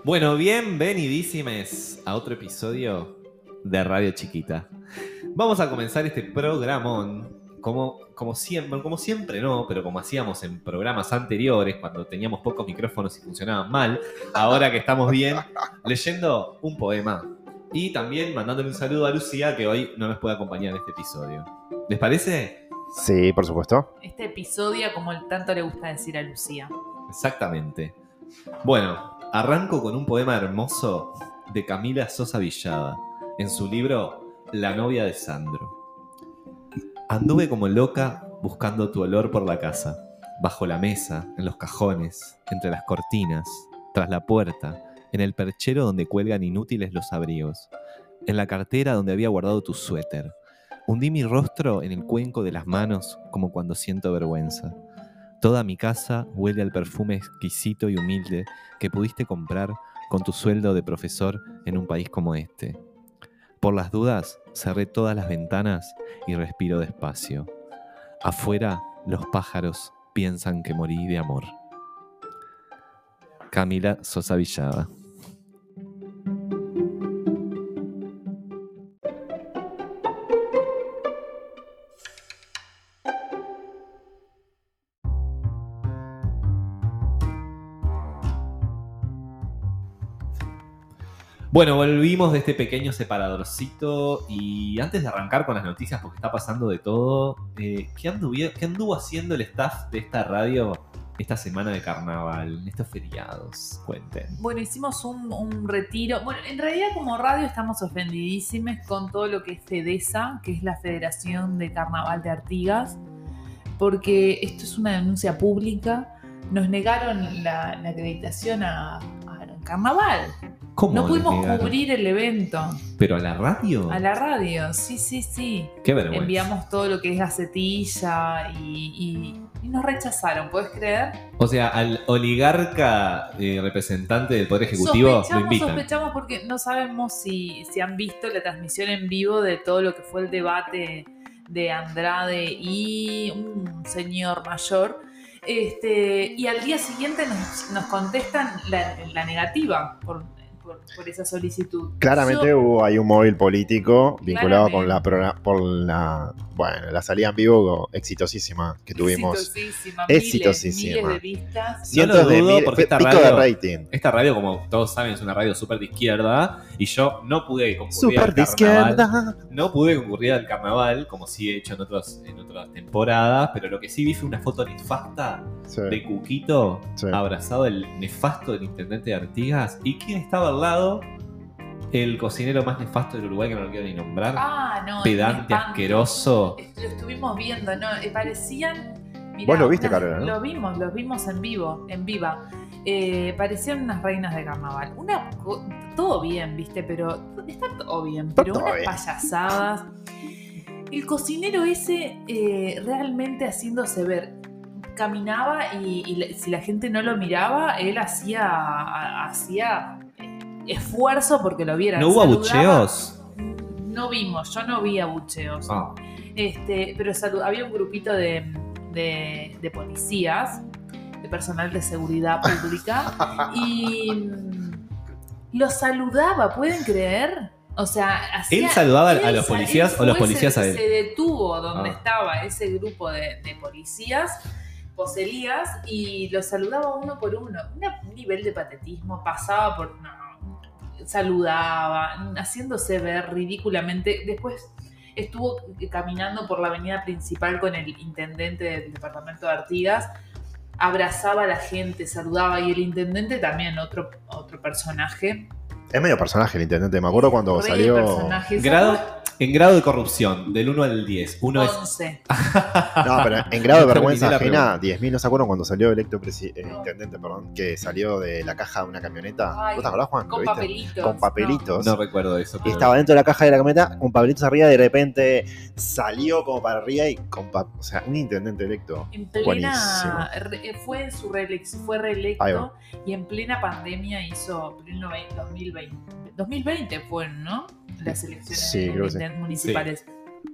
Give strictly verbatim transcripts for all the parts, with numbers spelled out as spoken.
Bueno, bienvenidísimes a otro episodio de Radio Chiquita. Vamos a comenzar este programón, como, como siempre, como siempre no, pero como hacíamos en programas anteriores, cuando teníamos pocos micrófonos y funcionaban mal, ahora que estamos bien, leyendo un poema. Y también mandándole un saludo a Lucía, que hoy no nos puede acompañar en este episodio. ¿Les parece? Sí, por supuesto. Este episodio, como tanto le gusta decir a Lucía. Exactamente. Bueno, arranco con un poema hermoso de Camila Sosa Villada, en su libro La novia de Sandro. Anduve como loca buscando tu olor por la casa, bajo la mesa, en los cajones, entre las cortinas, tras la puerta, en el perchero donde cuelgan inútiles los abrigos, en la cartera donde había guardado tu suéter. Hundí mi rostro en el cuenco de las manos como cuando siento vergüenza. Toda mi casa huele al perfume exquisito y humilde que pudiste comprar con tu sueldo de profesor en un país como este. Por las dudas, cerré todas las ventanas y respiro despacio. Afuera, los pájaros piensan que morí de amor. Camila Sosa Villada. Bueno, volvimos de este pequeño separadorcito y antes de arrancar con las noticias, porque está pasando de todo, eh, ¿qué, anduvo, ¿qué anduvo haciendo el staff de esta radio esta semana de carnaval, en estos feriados? Cuenten. Bueno, hicimos un, un retiro. Bueno, en realidad como radio estamos ofendidísimos con todo lo que es FEDESA, que es la Federación de Carnaval de Artigas, porque esto es una denuncia pública. Nos negaron la, la acreditación a, a carnaval. ¿Cómo no pudimos negaron? cubrir el evento. ¿Pero a la radio? A la radio, sí, sí, sí. Qué vergüenza. Enviamos todo lo que es gacetilla y, y, y nos rechazaron, ¿puedes creer? O sea, al oligarca eh, representante del Poder Ejecutivo sospechamos, lo invitan. Sospechamos porque no sabemos si, si han visto la transmisión en vivo de todo lo que fue el debate de Andrade y un señor mayor. Este, y al día siguiente nos, nos contestan la, la negativa por, por, por esa solicitud. Claramente Yo, hubo ahí un móvil político vinculado Claramente. con la programa, por la bueno, la salida en vivo exitosísima que tuvimos. Exitosísima. Exitosísima. Miles, miles de vistas. Sí. Yo Cientos no de dudo miles, porque esta pico radio- de rating. Esta radio, como todos saben, es una radio súper de izquierda y yo no pude concurrir Súper al de carnaval. izquierda. No pude concurrir al carnaval, como sí he hecho en, otros, en otras temporadas, pero lo que sí vi fue una foto nefasta Sí. de Cuquito Sí. abrazado el nefasto del intendente de Artigas. ¿Y quién estaba al lado? El cocinero más nefasto del Uruguay, que no lo quiero ni nombrar. Ah, no. Pedante, un espanto. asqueroso. Lo estuvimos viendo, ¿no? Eh, Parecían. Mirá, Vos lo viste, unas- Carola, ¿no? Lo vimos, lo vimos en vivo, en viva. Eh, parecían unas reinas de carnaval. Una, co- todo bien, ¿viste? Pero está todo bien. Está Pero todo unas bien. payasadas. El cocinero ese eh, realmente haciéndose ver. Caminaba y, y le- si la gente no lo miraba, él hacía, a- hacía eh, esfuerzo porque lo vieran. ¿No hubo Saludaba- abucheos? No vimos, yo no vi abucheos. Ah, Este, pero salu- había un grupito de, de, de policías, de personal de seguridad pública, y mm, los saludaba, ¿pueden creer? O sea, hacía, ¿Él saludaba a él los sa- policías él o los fue, policías se, a él? Se detuvo donde Ah. estaba ese grupo de, de policías, poselías, y los saludaba uno por uno. Una- un nivel de patetismo, pasaba por... no, saludaba, haciéndose ver ridículamente. Después estuvo caminando por la avenida principal con el intendente del departamento de Artigas, abrazaba a la gente, saludaba, y el intendente también, otro, otro personaje. Es medio personaje el intendente. Me acuerdo cuando Re salió. personaje. grado, en grado de corrupción, del uno al diez. Uno es... once. No, pero en grado de No vergüenza terminé la ajena, pregunta. diez mil. ¿No se acuerdan cuando salió electo presi- eh, intendente, perdón? Que salió de la caja de una camioneta. Ay, ¿Vos te acordás, Juan? ¿Lo Con viste? papelitos. Con papelitos. No recuerdo eso. Y pero- estaba dentro de la caja de la camioneta con papelitos arriba y de repente salió como para arriba y con pa- o sea, un intendente electo. En plena, Buenísimo. re- fue en su reelección, fue Ahí reelecto va. y en plena pandemia hizo pleno veinte, dos mil veinte. dos mil veinte fueron, ¿no? Las elecciones Sí, creo que sí. municipales.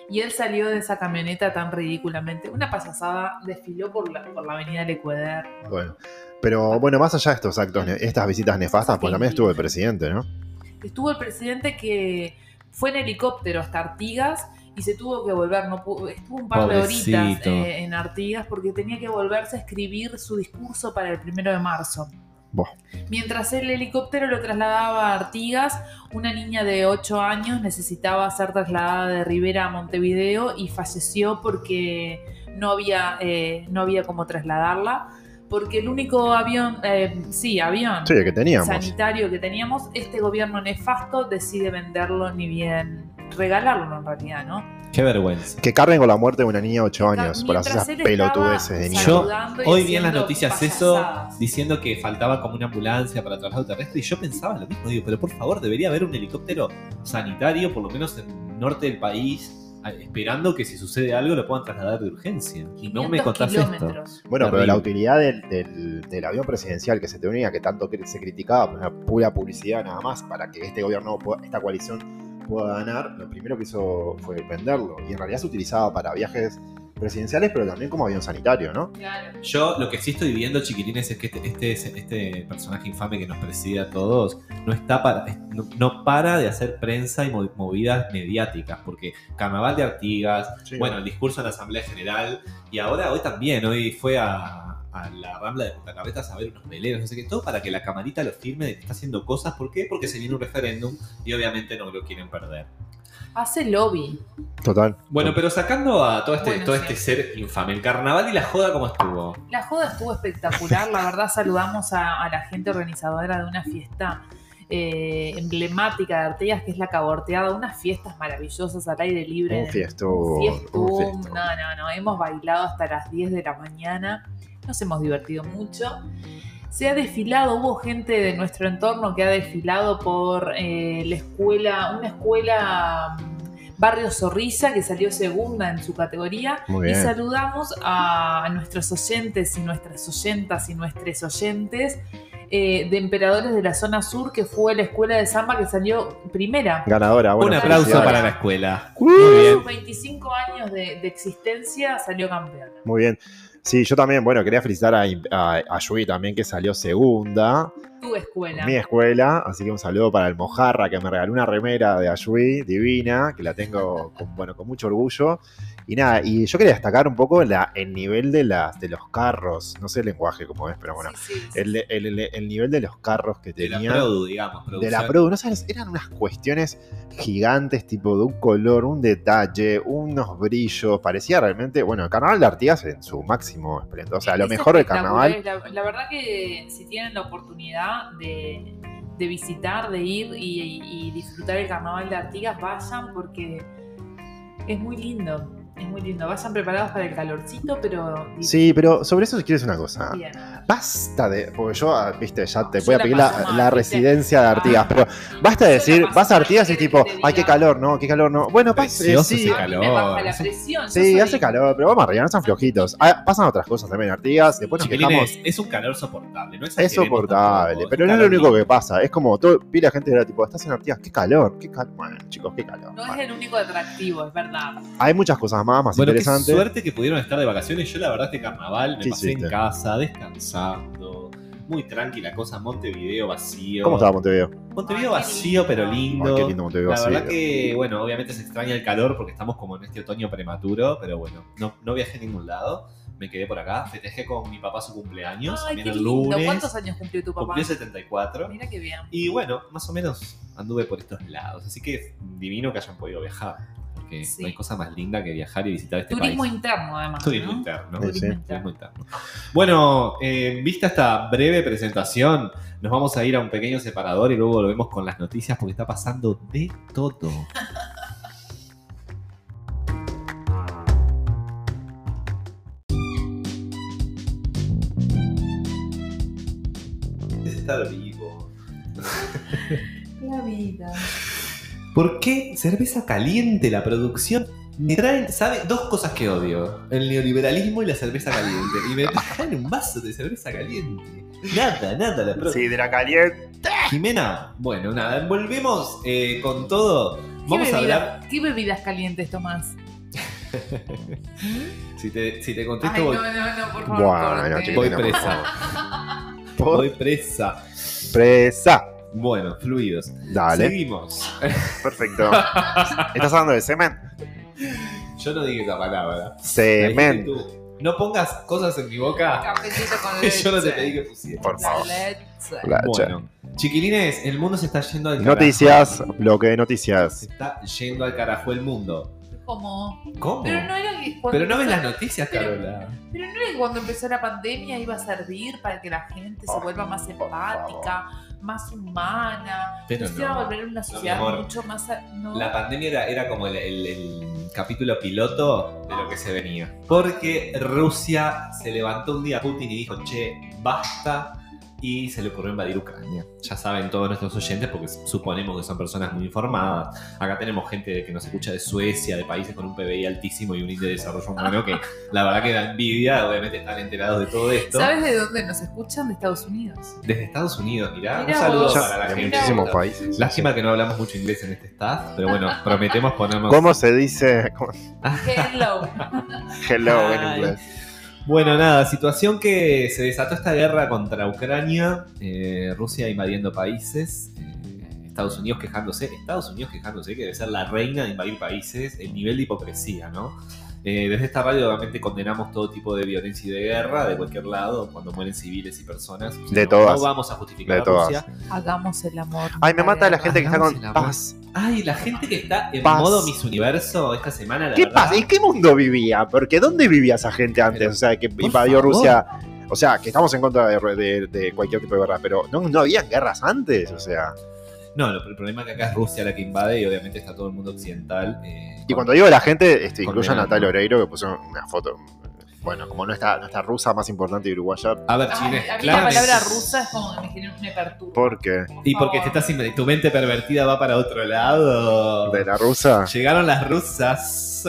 y él salió de esa camioneta tan ridículamente. Una payasada, desfiló por la, por la avenida Lecueder. Bueno, pero bueno, más allá de estos actos, estas visitas nefastas, pues también estuvo el presidente, ¿no? Estuvo el presidente que fue en helicóptero hasta Artigas y se tuvo que volver, no pudo, estuvo un par Pobrecito. de horitas eh, en Artigas porque tenía que volverse a escribir su discurso para el primero de marzo. Buah. Mientras el helicóptero lo trasladaba a Artigas, una niña de ocho años necesitaba ser trasladada de Rivera a Montevideo y falleció porque no había, eh, no había cómo trasladarla. Porque el único avión, eh, sí, avión Sí, que teníamos. sanitario que teníamos, este gobierno nefasto decide venderlo, ni bien regalarlo en realidad, ¿no? Qué vergüenza. Que carguen con la muerte de una niña de ocho años por hacer Mientras esas él pelotudeces de estaba niño. Yo saludando y hoy vi en las haciendo noticias eso, payasadas. diciendo que faltaba como una ambulancia para traslado terrestre, y yo pensaba lo mismo, digo, pero por favor, debería haber un helicóptero sanitario, por lo menos en el norte del país, esperando que si sucede algo lo puedan trasladar de urgencia. Y no me contás esto. kilómetros. Bueno, pero Terrible. la utilidad del, del, del avión presidencial que se tenía, que tanto cri- se criticaba, pues, una pura publicidad nada más para que este gobierno, pueda- esta coalición pueda ganar, lo primero que hizo fue venderlo. Y en realidad se utilizaba para viajes presidenciales, pero también como avión sanitario, ¿no? Claro. Yo lo que sí estoy viendo, chiquilines, es que este, este, este personaje infame que nos preside a todos no está para, no, no para de hacer prensa y mo- movidas mediáticas, porque Carnaval de Artigas, Sí. bueno, el discurso en la Asamblea General, y ahora hoy también, hoy fue a, a la Rambla de Punta Carretas a ver unos veleros, no sé qué, todo para que la camarita lo firme de que está haciendo cosas. ¿Por qué? Porque se viene un referéndum y obviamente no lo quieren perder. Hace lobby. Total. Bueno, pero sacando a todo este, Bueno, todo sí. este ser infame, el carnaval y la joda, ¿cómo estuvo? La joda estuvo espectacular, la verdad saludamos a, a la gente organizadora de una fiesta eh, emblemática de Artigas, que es la Caborteada, unas fiestas maravillosas al aire libre. Un fiestón, Un fiestón, un fiestón. no, no, no, hemos bailado hasta las diez de la mañana, nos hemos divertido mucho. Se ha desfilado, hubo gente de nuestro entorno que ha desfilado por eh, la escuela, una escuela mm, Barrio Zorrilla, que salió segunda en su categoría. Muy Y bien. saludamos a nuestros oyentes y nuestras oyentas y nuestros oyentes eh, de Emperadores de la Zona Sur, que fue la escuela de samba que salió primera. Ganadora. Bueno, un aplauso felicidades. para la escuela. Uh. Muy En bien. sus veinticinco años de, de existencia salió campeona. Muy bien. Sí, yo también, bueno, quería felicitar a, a, a Yui también, que salió segunda. Tu escuela. Mi escuela, así que un saludo para el Mojarra, que me regaló una remera de Ayui, divina, que la tengo con, bueno, con mucho orgullo. Y nada, y yo quería destacar un poco la, el nivel de, las, de los carros, no sé el lenguaje como es, pero bueno, Sí, sí, sí. el, el, el, el nivel de los carros que De la tenía. Produ, digamos. De la producción. Produ, no sabes, eran unas cuestiones gigantes, tipo de un color, un detalle, unos brillos, parecía realmente, bueno, el Carnaval de Artigas en su máximo esplendor, o sea, lo Es mejor del espectacular. carnaval. La, la verdad que si tienen la oportunidad de, de visitar, de ir y, y disfrutar el carnaval de Artigas, vayan porque es muy lindo. Es muy lindo. Vayan preparados para el calorcito, pero. Sí, pero sobre eso si quieres una cosa. Bien. Basta de. Porque yo, ah, viste, ya te Yo voy a la pedir paso la, mal, la ¿viste? residencia de Artigas, Ah. pero basta de Yo la decir, paso vas a mal, Artigas y ¿qué tipo, querés que te ay, qué diga? calor, no, qué calor, no. Bueno, pasa, eh, Precioso sí, ese A mí me calor. baja la presión. yo sí, soy- hace calor, pero vamos arriba, no sean flojitos. Ah, pasan otras cosas también en Artigas, después nos quejamos. Chiquilines, es un calor soportable, ¿no? Es exageremos soportable, tampoco, pero un no es lo calor único que lindo. pasa. Es como todo, pila gente era tipo, estás en Artigas, qué calor, qué calor. Bueno, chicos, qué calor. No es Bueno, el único atractivo, es verdad. hay muchas cosas más, más Bueno, qué interesantes. suerte que pudieron estar de vacaciones. Yo la verdad este carnaval me ¿Qué pasé en hiciste? casa, descansando. Muy tranquila cosa, Montevideo vacío. ¿Cómo estaba Montevideo? Montevideo Ay, qué vacío, lindo. pero lindo. Ay, qué lindo Montevideo La vacío. verdad que, bueno, obviamente se extraña el calor porque estamos como en este otoño prematuro, pero bueno, no, no viajé a ningún lado. Me quedé por acá, festejé con mi papá su cumpleaños, Ay, también qué el lindo. lunes. ¿Cuántos años cumplió tu papá? Cumplió setenta y cuatro. Mira qué bien. Y bueno, más o menos anduve por estos lados. Así que es divino que hayan podido viajar. Porque Sí. no hay cosa más linda que viajar y visitar este Turismo país. interno, además. Turismo ¿no? interno. Sí, Turismo sí. interno. Turismo interno. Bueno, eh, vista esta breve presentación, nos vamos a ir a un pequeño separador y luego volvemos con las noticias porque está pasando de todo. Es estar vivo. La vida. ¿Por qué cerveza caliente? La producción me traen, ¿sabe? Dos cosas que odio: el neoliberalismo y la cerveza caliente. Y me traen un vaso de cerveza caliente. Nada, nada. La pro- Sí, de la caliente. Jimena, bueno, nada, volvemos eh, con todo. Vamos a bebida- hablar. ¿Qué bebidas calientes tomás? Si te, si te Ay, contesto, no, voy, no, no, por favor. Bueno, corte. chicos. voy no, presa. Por Voy presa. presa. Bueno, fluidos. Dale. Seguimos. Perfecto. ¿Estás hablando de semen? Yo no dije esa palabra. La Semen. dijiste tú. No pongas cosas en mi boca Cafecito con que leche. yo no te pedí que pusieras. Por La favor. leche. La che. Bueno, chiquilines, el mundo se está yendo al carajo. Noticias, bloque de Se noticias. está yendo al carajo el mundo. Como. ¿Cómo? Pero no era que cuando Pero no ves empezó- las noticias, pero- Carola. Pero no era que cuando empezó la pandemia iba a servir para que la gente se Por- vuelva más empática, más humana. Pero se iba no. a volver una sociedad mi amor. mucho más. a- No. La pandemia era, era como el, el- el capítulo piloto de lo que se venía. Porque Rusia se levantó un día a Putin y dijo, che, basta. Y se le ocurrió invadir Ucrania. Ya saben todos nuestros oyentes, porque suponemos que son personas muy informadas. Acá tenemos gente que nos escucha de Suecia, de países con un P B I altísimo y un índice de desarrollo humano que la verdad que da envidia. Obviamente están enterados de todo esto. ¿Sabes de dónde nos escuchan? De Estados Unidos. Desde Estados Unidos, mirá. Mirá un saludo vos. para la De gente. muchísimos países. Lástima que no hablamos mucho inglés en este staff, pero bueno, prometemos ponernos... ¿Cómo se dice Hello. hello en Ay. inglés? Bueno, nada, situación que se desató esta guerra contra Ucrania, eh, Rusia invadiendo países, eh, Estados Unidos quejándose, Estados Unidos quejándose que debe ser la reina de invadir países, el nivel de hipocresía, ¿no? Eh, desde esta radio obviamente condenamos todo tipo de violencia y de guerra, de cualquier lado, cuando mueren civiles y personas. O sea, De no, todas. No vamos a justificar De a todas. Rusia. Hagamos el amor. Ay, me mata la gente que está Hagamos con el amor. paz. Ay, la gente que está en Paz. modo Miss Universo esta semana, la ¿Qué verdad. pasa? ¿En qué mundo vivía? Porque ¿dónde vivía esa gente antes? Pero, O sea, que por invadió favor. Rusia. O sea, que estamos en contra de, de- de cualquier tipo de guerra, pero no, no habían guerras antes. O sea, No, lo- el problema es que acá es Rusia la que invade y obviamente está todo el mundo occidental. eh, y con- cuando digo la gente, este, incluye a Condenando. Natalia Oreiro, que puso una foto. Bueno, como nuestra, nuestra rusa más importante y uruguaya, A ver, Ay, Chile, a mí la claramente. palabra rusa es como que me genera me perturba. porque Y porque te estás inv- tu mente pervertida va para otro lado. de la rusa. Llegaron las rusas.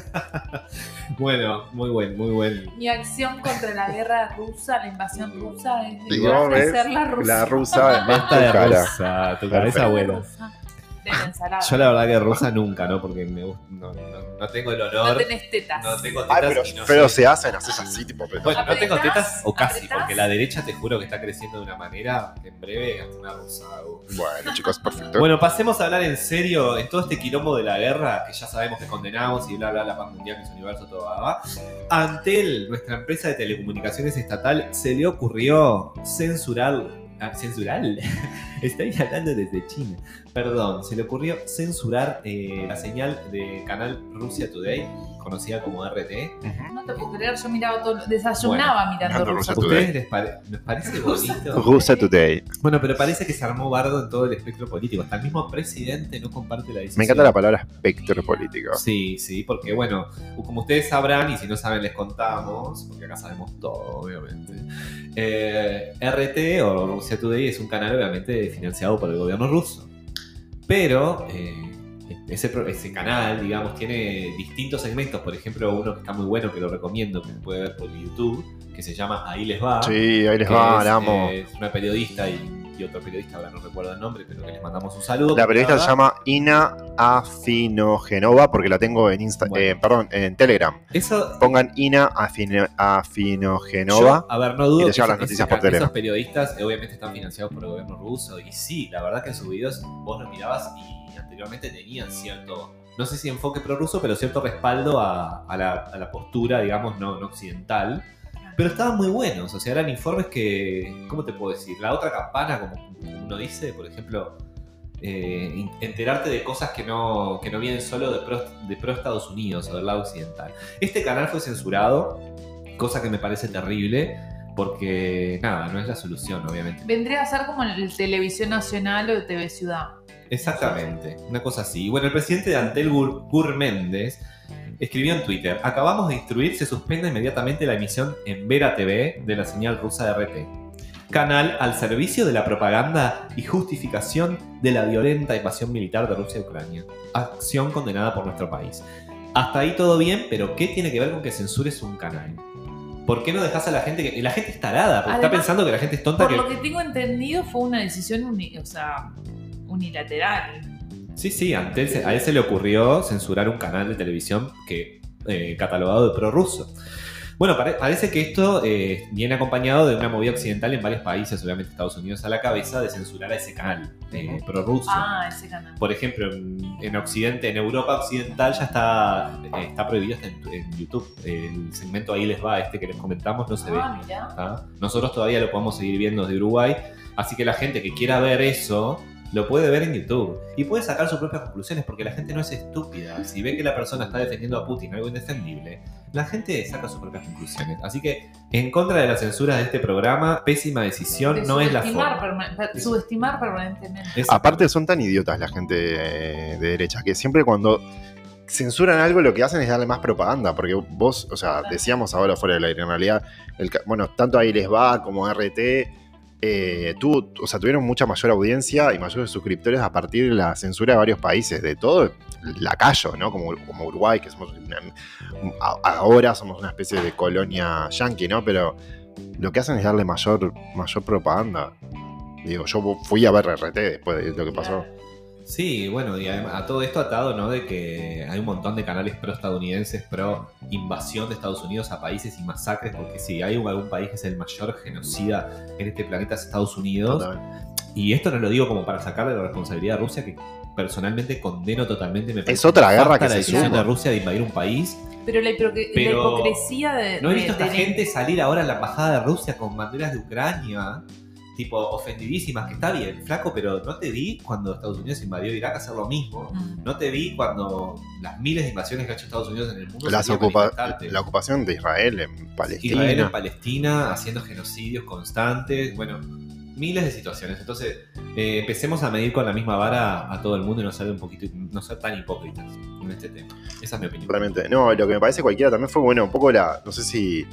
Bueno, muy buen, muy buen. Mi acción contra la guerra rusa, la invasión rusa, es de Digo, ¿ves? ser la rusa. La rusa es más Basta de tu cara. rusa, tu Perfecto. cabeza buena. Rusa, de la ensalada. Yo la verdad que rusa nunca, ¿no? Porque me gusta, no, no, no tengo el honor. No tenés tetas. No tengo tetas Ay, pero, y no pero soy- se hacen, haces así, tipo. pero- Bueno, no tengo ¿Apretás? tetas o casi, ¿Apretás? porque la derecha te juro que está creciendo de una manera que en breve hasta una rusa. hago. Bueno, chicos, perfecto. Bueno, pasemos a hablar en serio en todo este quilombo de la guerra, que ya sabemos que condenamos y bla bla, la paz mundial, Miss Universo, todo va. va. Antel, nuestra empresa de telecomunicaciones estatal, se le ocurrió censurar. Ah, ¿Censurar? Estoy hablando desde China. Perdón, se le ocurrió censurar eh, la señal de canal Russia Today, conocida como R T. No te puedo creer, yo miraba todo, desayunaba mirando mirando rusa. Rusia ¿A ustedes les, pare- les parece bonito? Rusa Today. Bueno, pero parece que se armó bardo en todo el espectro político. Hasta el mismo presidente no comparte la decisión. Me encanta la palabra espectro político. Sí, sí, porque bueno, como ustedes sabrán, y si no saben les contamos, porque acá sabemos todo, obviamente. Eh, R T o Russia Today es un canal obviamente financiado por el gobierno ruso. Pero eh, ese, pro- ese canal, digamos, tiene distintos segmentos. Por ejemplo, uno que está muy bueno, que lo recomiendo, que se puede ver por YouTube, que se llama Ahí les va. Sí, ahí les que va, es, la amo. eh, es una periodista y, y otro periodista, ahora no recuerdo el nombre, pero que les mandamos un saludo. La periodista se ¿verdad? llama Ina Afinogenova porque la tengo en Insta, Bueno. eh, perdón, en Telegram. Eso, Pongan Ina Afine- Afinogenova. yo, a ver, no dudo y que les llegan las esos- noticias esos- por Telegram. esos periodistas eh, obviamente están financiados por el gobierno ruso y sí, la verdad que en sus videos vos los mirabas y anteriormente tenían cierto, no sé si enfoque prorruso, pero cierto respaldo a, a la, a la postura, digamos, no, no occidental. Pero estaban muy buenos, o sea, eran informes que, ¿cómo te puedo decir? La otra campana, como uno dice, por ejemplo, eh, enterarte de cosas que no, que no vienen solo de pro, de pro Estados Unidos o del lado occidental. Este canal fue censurado, cosa que me parece terrible, porque nada, no es la solución, obviamente. Vendría a ser como el Televisión Nacional o T V Ciudad. Exactamente, una cosa así. Y bueno, el presidente de Antel, Gur, Gur Méndez, escribió en Twitter: acabamos de instruir, se suspende inmediatamente la emisión en Vera T V de la señal rusa de R T. Canal al servicio de la propaganda y justificación de la violenta invasión militar de Rusia a Ucrania. Acción condenada por nuestro país. Hasta ahí todo bien, pero ¿qué tiene que ver con que censures un canal? ¿Por qué no dejas a la gente que... La gente es tarada, porque está Además, pensando que la gente es tonta Por que... lo que tengo entendido fue una decisión uni- o sea, unilateral. Sí, sí, antes, a él se le ocurrió censurar un canal de televisión que eh, catalogado de prorruso. Bueno, pare- parece que esto eh, viene acompañado de una movida occidental en varios países, obviamente Estados Unidos a la cabeza, de censurar a ese canal eh, prorruso. Ah, ese canal. Por ejemplo, en, en Occidente, en Europa Occidental ya está, eh, está prohibido hasta en, en YouTube. El segmento Ahí les va, este que les comentamos, no se ve. Ah, mirá. ¿Tá? Nosotros todavía lo podemos seguir viendo desde Uruguay, así que la gente que quiera ver eso lo puede ver en YouTube y puede sacar sus propias conclusiones, porque la gente no es estúpida. Si ve que la persona está defendiendo a Putin, algo indefendible, la gente saca sus propias conclusiones. Así que, en contra de la censura de este programa, pésima decisión, De no es la subestimar forma. perma- subestimar permanentemente. Es- Aparte son tan idiotas la gente eh, de derecha, que siempre cuando censuran algo lo que hacen es darle más propaganda, porque vos, o sea, decíamos ahora fuera del aire, en realidad, el, ca- bueno, tanto Ahí les va como R T, eh, tuvo, o sea, tuvieron mucha mayor audiencia y mayores suscriptores a partir de la censura de varios países, de todo lacayo, ¿no? Como, como Uruguay, que somos una- a- ahora somos una especie de colonia yanqui, ¿no? Pero lo que hacen es darle mayor, mayor propaganda. Digo, yo fui a ver R T después de lo que pasó. Sí, bueno, y además, a todo esto atado, ¿no? De que hay un montón de canales pro-estadounidenses, pro-invasión de Estados Unidos a países y masacres, porque si hay algún país que es el mayor genocida en este planeta es Estados Unidos. Totalmente. Y esto no lo digo como para sacarle la responsabilidad a Rusia, que personalmente condeno totalmente. Me parece otra nefasta guerra que la se decisión suma. de Rusia de invadir un país. Pero la, hipocre- Pero la hipocresía de. No he de- visto a esta de- gente salir ahora a la embajada de Rusia con banderas de Ucrania, tipo ofendidísimas, que está bien, flaco, pero no te vi cuando Estados Unidos invadió Irak a hacer lo mismo. Mm. No te vi cuando las miles de invasiones que ha hecho Estados Unidos en el mundo Las salían a ocupa- manifestarte. la ocupación de Israel en Palestina. Israel en Palestina haciendo genocidios constantes, bueno, miles de situaciones. Entonces, eh, empecemos a medir con la misma vara a todo el mundo y no ser un poquito, no ser tan hipócritas en este tema. Esa es mi opinión. Realmente. No, lo que me parece cualquiera también fue, bueno, un poco la, no sé si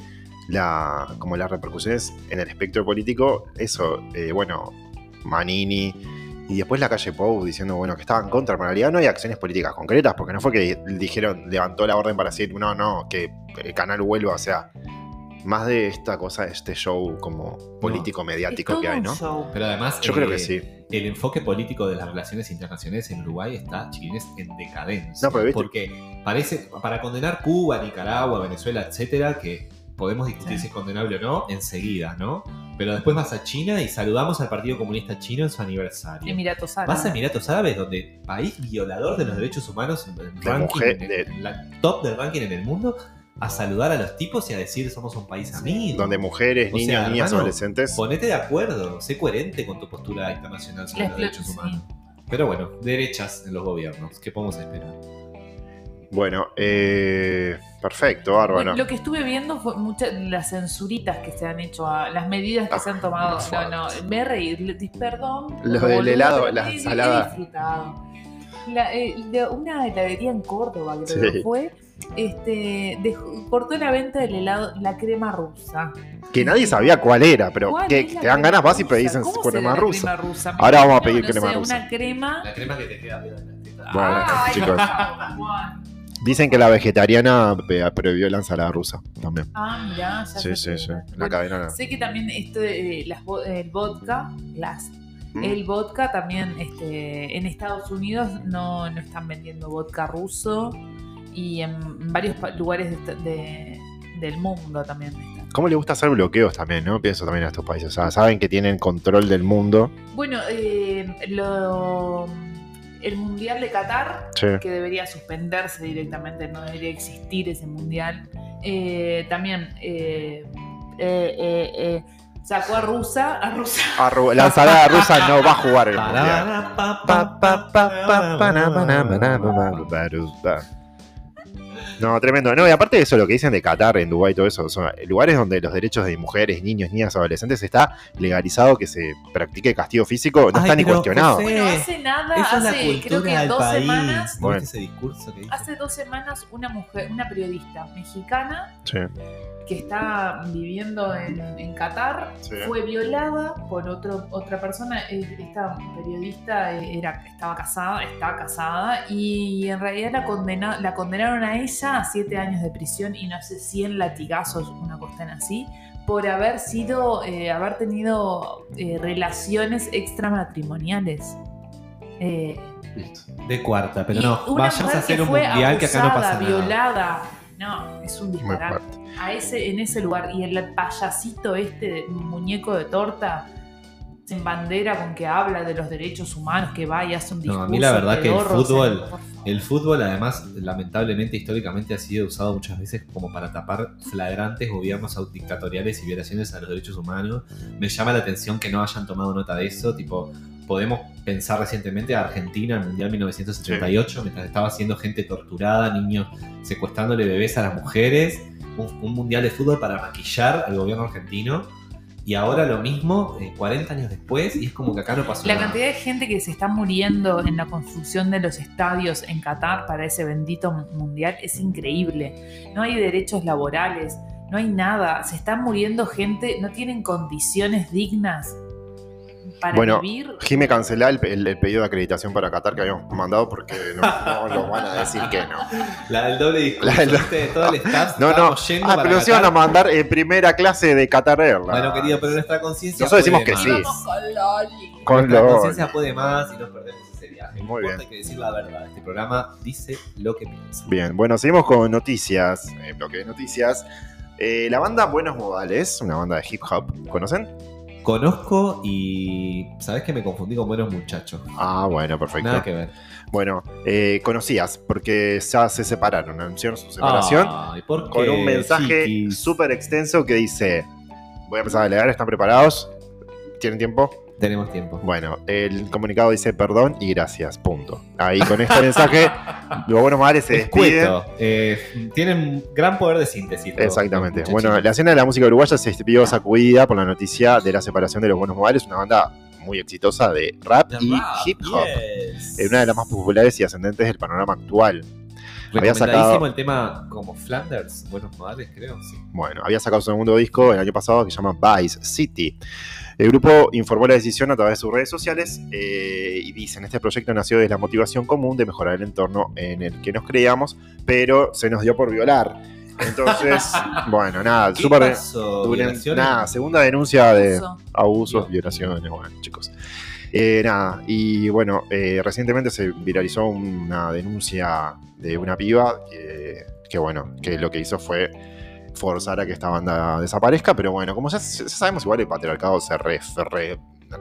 la, como las repercusiones en el espectro político, eso, eh, bueno, Manini y después la calle Pou diciendo, bueno, que estaban contra, pero en realidad no hay acciones políticas concretas, porque no fue que dijeron, levantó la orden para decir, no, no, que el canal vuelva, o sea, más de esta cosa, este show como político mediático Es que todo hay, un ¿no? show. Pero además, Yo creo eh, que sí. el enfoque político de las relaciones internacionales en Uruguay está, chiquines, en decadencia. No, pero viste- Porque parece, para condenar Cuba, Nicaragua, Venezuela, etcétera, que podemos discutir Sí. si es condenable o no, enseguida, ¿no? Pero después vas a China y saludamos al Partido Comunista Chino en su aniversario. Emiratos Vas Árabes. a Emiratos Árabes, donde país violador de los derechos humanos, en De ranking, mujer- en- de- en la top del ranking en el mundo, a saludar a los tipos y a decir somos un país amigo. Donde mujeres, O sea, niños, niñas, hermano, adolescentes. Ponete de acuerdo, sé coherente con tu postura internacional sobre Les los derechos sí. humanos. Pero bueno, derechas en los gobiernos, ¿qué podemos esperar? Bueno, eh, perfecto, bárbaro. Bueno, lo que estuve viendo fue muchas las censuritas que se han hecho, a, las medidas que Ah, se han tomado. más No, no, fuertes. me reí, le- perdón. Lo como del boluda, helado, pero la he- he ensalada. disfrutado. La, eh, de una heladería en Córdoba, creo Sí. que fue, este, dejó- cortó la venta del helado, la crema rusa. Que nadie sabía cuál era, pero ¿Cuál que es la te dan crema ganas, vas y rusa? pedís en ¿Cómo crema será la rusa. crema rusa? Ahora vamos a No, pedir no crema sé, rusa. Una crema. La crema que te queda arriba de la teta. Bueno, Ay, chicos. Juan. Dicen que la vegetariana eh, prohibió la ensalada rusa también. Ah, mirá, ya Sí, sé sí, que- sí. La Bueno, cadena. sé que también esto de las vo- el vodka, las, Mm. el vodka también este, en Estados Unidos no, no están vendiendo vodka ruso y en varios pa- lugares de- de- del mundo también está. ¿Cómo le gusta hacer bloqueos también, no? Pienso también a estos países. O sea, saben que tienen control del mundo. Bueno, eh, lo, el Mundial de Qatar, Sí. que debería suspenderse directamente, no debería existir ese Mundial, eh, también eh, eh, eh, eh, sacó a Rusia, a Rusia. Ah, Ru- la ensalada rusa no va a jugar el mundial. Parara, pa, Pa, pa, pa, pa, pa, na, pa, na, pa, na, pa, pa, pa. No, tremendo. No, y aparte de eso, lo que dicen de Qatar, en Dubái y todo eso, son lugares donde los derechos de mujeres, niños, niñas, adolescentes está legalizado que se practique castigo físico, no Ay, está ni pero, cuestionado. José, Bueno, hace nada, Esa es la hace cultura creo que del dos país. semanas, ¿No Bueno. viste ese discurso que dijo? hace dos semanas una mujer, una periodista mexicana Sí. que está viviendo en, en Qatar, Sí. fue violada por otro, otra persona. Eh, Esta periodista era, estaba casada, está casada, y en realidad la, condena, la condenaron a ella a siete años de prisión y no sé, cien latigazos, una cuestión así, por haber sido, eh, haber tenido eh, relaciones extramatrimoniales. Eh, Listo. De cuarta, pero Y no, una vayamos a mujer hacer que un fue mundial que acá no abusada, pasa nada. violada. No, es un Muy disparate. fuerte. A ese, en ese lugar. Y el payasito este, de muñeco de torta, en bandera con que habla de los derechos humanos, que va y hace un discurso. No, a mí la verdad que el pedorro, fútbol, o sea, por favor. el fútbol además, lamentablemente, históricamente ha sido usado muchas veces como para tapar flagrantes gobiernos dictatoriales y violaciones a los derechos humanos. Me llama la atención que no hayan tomado nota de eso, tipo, podemos pensar recientemente a Argentina, en el Mundial mil novecientos setenta y ocho, sí. Mientras estaba siendo gente torturada, niños secuestrándole bebés a las mujeres, un, un Mundial de fútbol para maquillar al gobierno argentino. Y ahora lo mismo, eh, cuarenta años después, y es como que acá no pasó La nada. cantidad de gente que se está muriendo en la construcción de los estadios en Qatar para ese bendito mundial es increíble. No hay derechos laborales, no hay nada. Se están muriendo gente, no tienen condiciones dignas para Bueno, vivir. Jime, cancelá el, el- el pedido de acreditación para Qatar que habíamos mandado porque no, no nos van a decir que no. La del doble discurso, La del do- ¿viste? De todo el staff. No, no. estábamos yendo Ah, para pero nos iban a Qatar. mandar en primera clase de Qatar Airlines. Bueno, querido, pero nuestra conciencia Nosotros decimos puede que más. sí. Vamos con Loli. Con Nuestra lo... conciencia puede más y nos perdemos ese viaje. Muy No importa, bien. hay que decir la verdad. Este programa dice lo que piensa. Bien, bueno, seguimos con noticias. Eh, bloque de noticias. Eh, la banda Buenos Modales, una banda de hip hop, ¿conocen? Conozco y... ¿Sabés que me confundí con Buenos Muchachos? Ah, bueno, perfecto. Nada que ver. Bueno, eh, conocías porque ya se separaron, anunciaron su separación Ay, ¿por con qué, un mensaje chiquis? súper extenso que dice: voy a empezar a leer, ¿están preparados? ¿Tienen tiempo? Tenemos tiempo. Bueno, el comunicado dice perdón y gracias, punto. Ahí con este mensaje, los Buenos Modales se despiden. Escueto. Eh, tienen gran poder de síntesis. los- Exactamente. los Bueno, muchachitos. la escena de la música uruguaya se vio sacudida por la noticia de la separación de los Buenos Modales, una banda muy exitosa de rap The y rap, hip hop. yes. Es una de las más populares y ascendentes del panorama actual. Había Recomendadísimo sacado- el tema como Flanders, Buenos Modales, creo, sí. Bueno, había sacado su segundo disco el año pasado que se llama Vice City. El grupo informó la decisión a través de sus redes sociales eh, y dicen: este proyecto nació de la motivación común de mejorar el entorno en el que nos creíamos, pero se nos dio por violar. Entonces, bueno, nada, ¿Qué súper... pasó? Una- ¿Violaciones? Nada, segunda denuncia de Uso. abusos, Dios. violaciones, bueno, chicos. Eh, nada, y bueno, eh, recientemente se viralizó una denuncia de una piba que, que, bueno, que lo que hizo fue forzar a que esta banda desaparezca, pero bueno, como ya, ya sabemos, igual el patriarcado se re, re-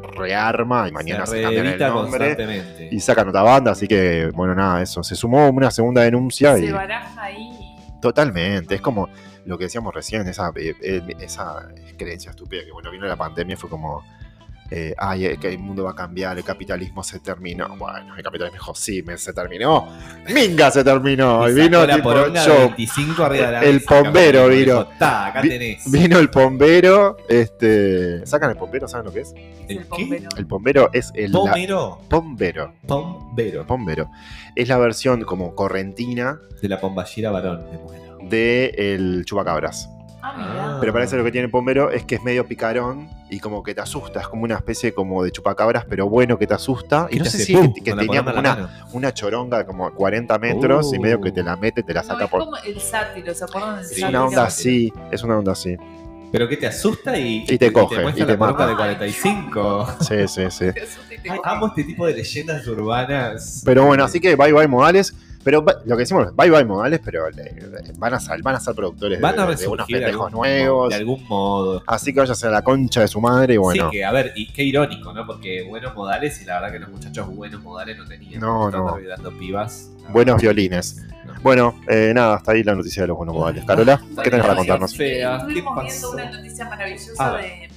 rearma y mañana se, se cambian el reedita nombre constantemente. y sacan otra banda, así que, bueno, nada, eso. Se sumó una segunda denuncia y... Se baraja ahí. Totalmente, es como lo que decíamos recién, esa, eh, eh, esa creencia estúpida que bueno, vino la pandemia, fue como, eh, ay, eh, que el mundo va a cambiar, el capitalismo se terminó. Bueno, el capitalismo dijo, sí, me, se terminó, minga se terminó, y, Y vino sacó la tipo, poronga de yo, veinticinco arriba de la el mesa, pombero cabrón, y vino. dijo, "Ta, acá Vi- tenés". vino el pombero, este, ¿sacan el pombero? ¿Saben lo que es? ¿El El qué? pombero. El pombero es el... la- Pomero. pombero, Pombero. pombero, es la versión como correntina De la pomballera varón, me muero. de el chupacabras. Ah, mirá. Pero parece lo que tiene el pombero es que es medio picarón y como que te asusta, es como una especie como de chupacabras, pero bueno que te asusta. Y Que no te sé hace si pum, que, que con la tenía poronga como en la una, mano. una choronga como a cuarenta metros y Uh. medio que te la mete, te la No, saca es por... como el sátiro, ¿se acuerdan del Es sátiro? una onda así, es una onda así. Pero que te asusta y, Y te coge, muestra y te la poronga mata. de cuarenta y cinco. Sí, sí, sí. Te asusta y te Ay, coge. amo este tipo de leyendas urbanas. Pero bueno, así que bye bye Modales. Pero ba- lo que decimos, bye bye Modales, pero eh, van a, sal- van a ser productores de, Van a de unos resurgir de pendejos algún, nuevos. de algún modo. Así que váyase a la concha de su madre y bueno. Sí, que a ver, y qué irónico, ¿no? Porque buenos modales y la verdad que los muchachos buenos modales no tenían. No, Están no. olvidando pibas. La Buenos verdad. violines. No. Bueno, eh, nada, hasta ahí la noticia de los buenos modales. Carola, ¿qué tenés para contarnos? Fea, Estuvimos ¿qué viendo pasó? una noticia A maravillosa ver. de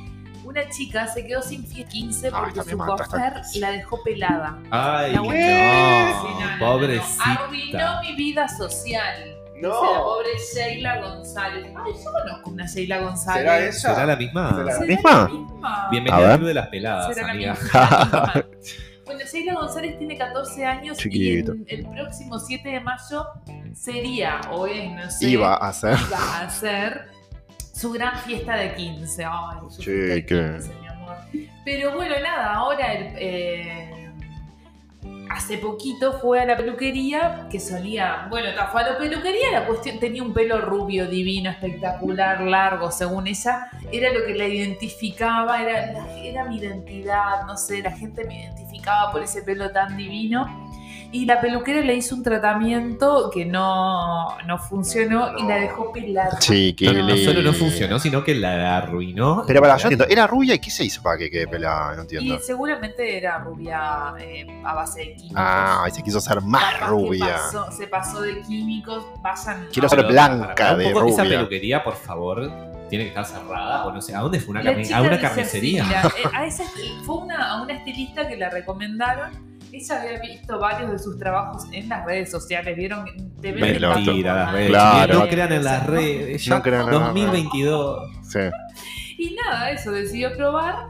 una chica se quedó sin fiesta quince Ay, porque también su mata esta coafer noticia. la dejó pelada. Ay, La no, buena- Sí, no, no, no, no. pobrecita. Arruinó mi vida social. No. Dice la pobre Sheila González. Ay, yo conozco una Sheila González. ¿Será ella? ¿Será la misma? ¿Será ¿Será ¿Misma? la misma? Bienvenida A ver. al club de las peladas, Será la amiga. misma, la misma. Bueno, Sheila González tiene catorce años Chiquito. y en el próximo siete de mayo sería, o es, no sé, Iba a ser. iba a ser su gran fiesta de quince. Ay, su Sí, fiesta de que- quince, mi amor. Pero bueno, nada, ahora el, eh, hace poquito fue a la peluquería, que solía, bueno, fue a la peluquería, la cuestión, tenía un pelo rubio, divino, espectacular, largo, según ella, era lo que la identificaba, era, era mi identidad, no sé, la gente me identificaba por ese pelo tan divino. Y la peluquera le hizo un tratamiento que no, no funcionó no. y la dejó pelar. Sí, que no, le... no solo no funcionó, sino que la arruinó. Pero para, yo entiendo, ¿era rubia y qué se hizo para que quede pelada? No entiendo. Y seguramente era rubia eh, a base de químicos. Ah, y se quiso hacer más Capaz rubia. Pasó, se pasó de químicos, vayan... Quiero ser blanca para, para, de un poco rubia. Esa peluquería, por favor, tiene que estar cerrada, o no sé, ¿a dónde fue? Una La cami- chica ¿A una dice carnicería? así, la- eh, a esa, fue una, a una estilista que la recomendaron. Ella había visto varios de sus trabajos en las redes sociales, vieron, te ven Mentira, en las redes. Claro. No crean en las redes. Ya No crean en las dos mil veintidós. Sí. Y nada, eso, decidió probar,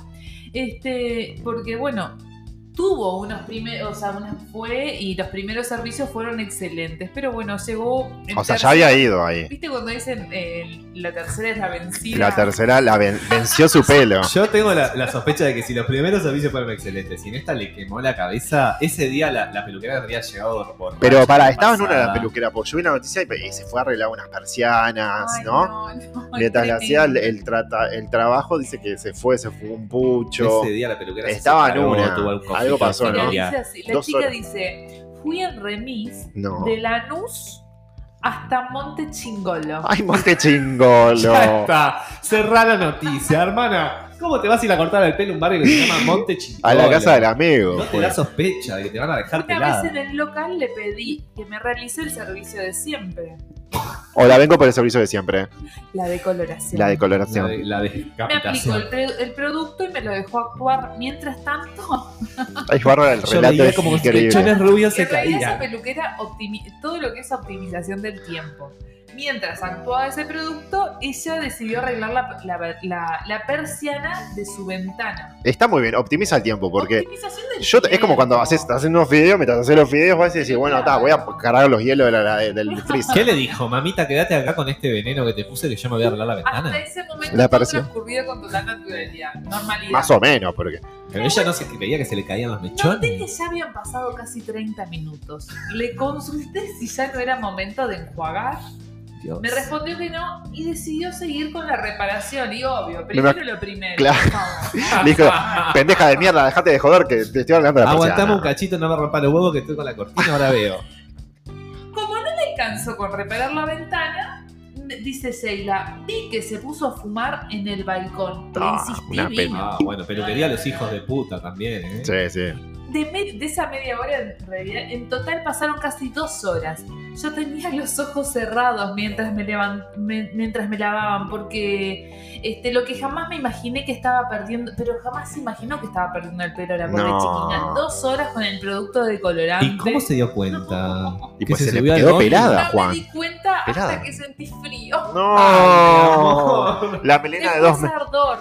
este, porque bueno, tuvo unos primeros, o sea, una fue y los primeros servicios fueron excelentes, pero bueno, llegó... el O sea, tercer- ya había ido ahí. ¿Viste cuando dicen eh, la tercera es la vencida? La tercera la ven- venció su pelo. Yo tengo la, la sospecha de que si los primeros servicios fueron excelentes y en esta le quemó la cabeza, ese día la, la peluquera habría llegado por. Pero pará, estaba en una de pasada. las peluqueras, porque yo vi una noticia y, y se fue a arreglar unas persianas, Ay, ¿no? no, no, Mientras le tremendo. hacía el, el, trata, el trabajo, dice que se fue, se fue un pucho. Ese día la peluquera se Estaba en separó, una. tuvo un conflicto Algo pasó, Mira, ¿no? dice familiar. así, la Dos chica horas. dice, fui en remis No. de Lanús hasta Monte Chingolo. Ay, Monte Ya Chingolo. está. Cerrá la noticia, hermana. ¿Cómo te vas a ir a cortar el pelo a un barrio que se llama Monte Chingolo? A la casa del amigo. No te fue. da sospecha de que te van a dejar Una pelada. vez en el local le pedí que me realice el servicio de siempre, Hola, vengo por el servicio de siempre. la decoloración. La La, decoloración. de- la Me aplicó descapitación. el, pre- el producto y me lo dejó actuar. Mientras tanto, Ay, bárbaro, el Yo relato veía es como los increíble. mechones rubios se en realidad esa caían. peluquera optimi- todo lo que es optimización del tiempo. Mientras actuaba ese producto, ella decidió arreglar la, la, la, la persiana de su ventana. Está muy bien, optimiza el tiempo, porque Optimización del yo es como cuando tiempo. haces, estás haciendo unos videos, mientras haces los videos vas a decir, bueno, está, voy a cargar los hielos de la- la- del freezer. ¿Qué le dijo? Mamita, quédate acá con este veneno que te puse que yo me voy a arreglar la Hasta ventana. ese momento La todo persiana. transcurrido con total naturalidad, normalidad. Más o menos, porque. Pero ella no se creía que se le caían los Noté que mechones. ya habían pasado casi treinta minutos. Le consulté si ya no era momento de enjuagar. Dios. Me respondió que no y decidió seguir con la reparación. Y obvio, primero lo primero. Claro. por favor. Dijo, pendeja de mierda, dejate de joder que te estoy hablando de la Aguantame persiana. un cachito, no me rompa los huevos que estoy con la cortina, ahora veo. Como no le alcanzó con reparar la ventana, me- dice Sheila, vi que se puso a fumar en el balcón. Le Ah, insistí, una vino. Ah, bueno, peluquería a los hijos de puta también, ¿eh? Sí, sí. De, me- de esa media hora, en realidad, en total pasaron casi dos horas. Yo tenía los ojos cerrados mientras me, levan- me- mientras me lavaban, porque este, lo que jamás me imaginé que estaba perdiendo, pero jamás se imaginó que estaba perdiendo el pelo la pobre No. chiquina. Dos horas con el producto decolorante. ¿Y cómo se dio cuenta? Y ¿Que pues se le subió al quedó bondi? pelada. No Juan. me di cuenta Pelada. hasta que sentí frío. No. Ay, mi amor. La melena de Después dos meses. ardor.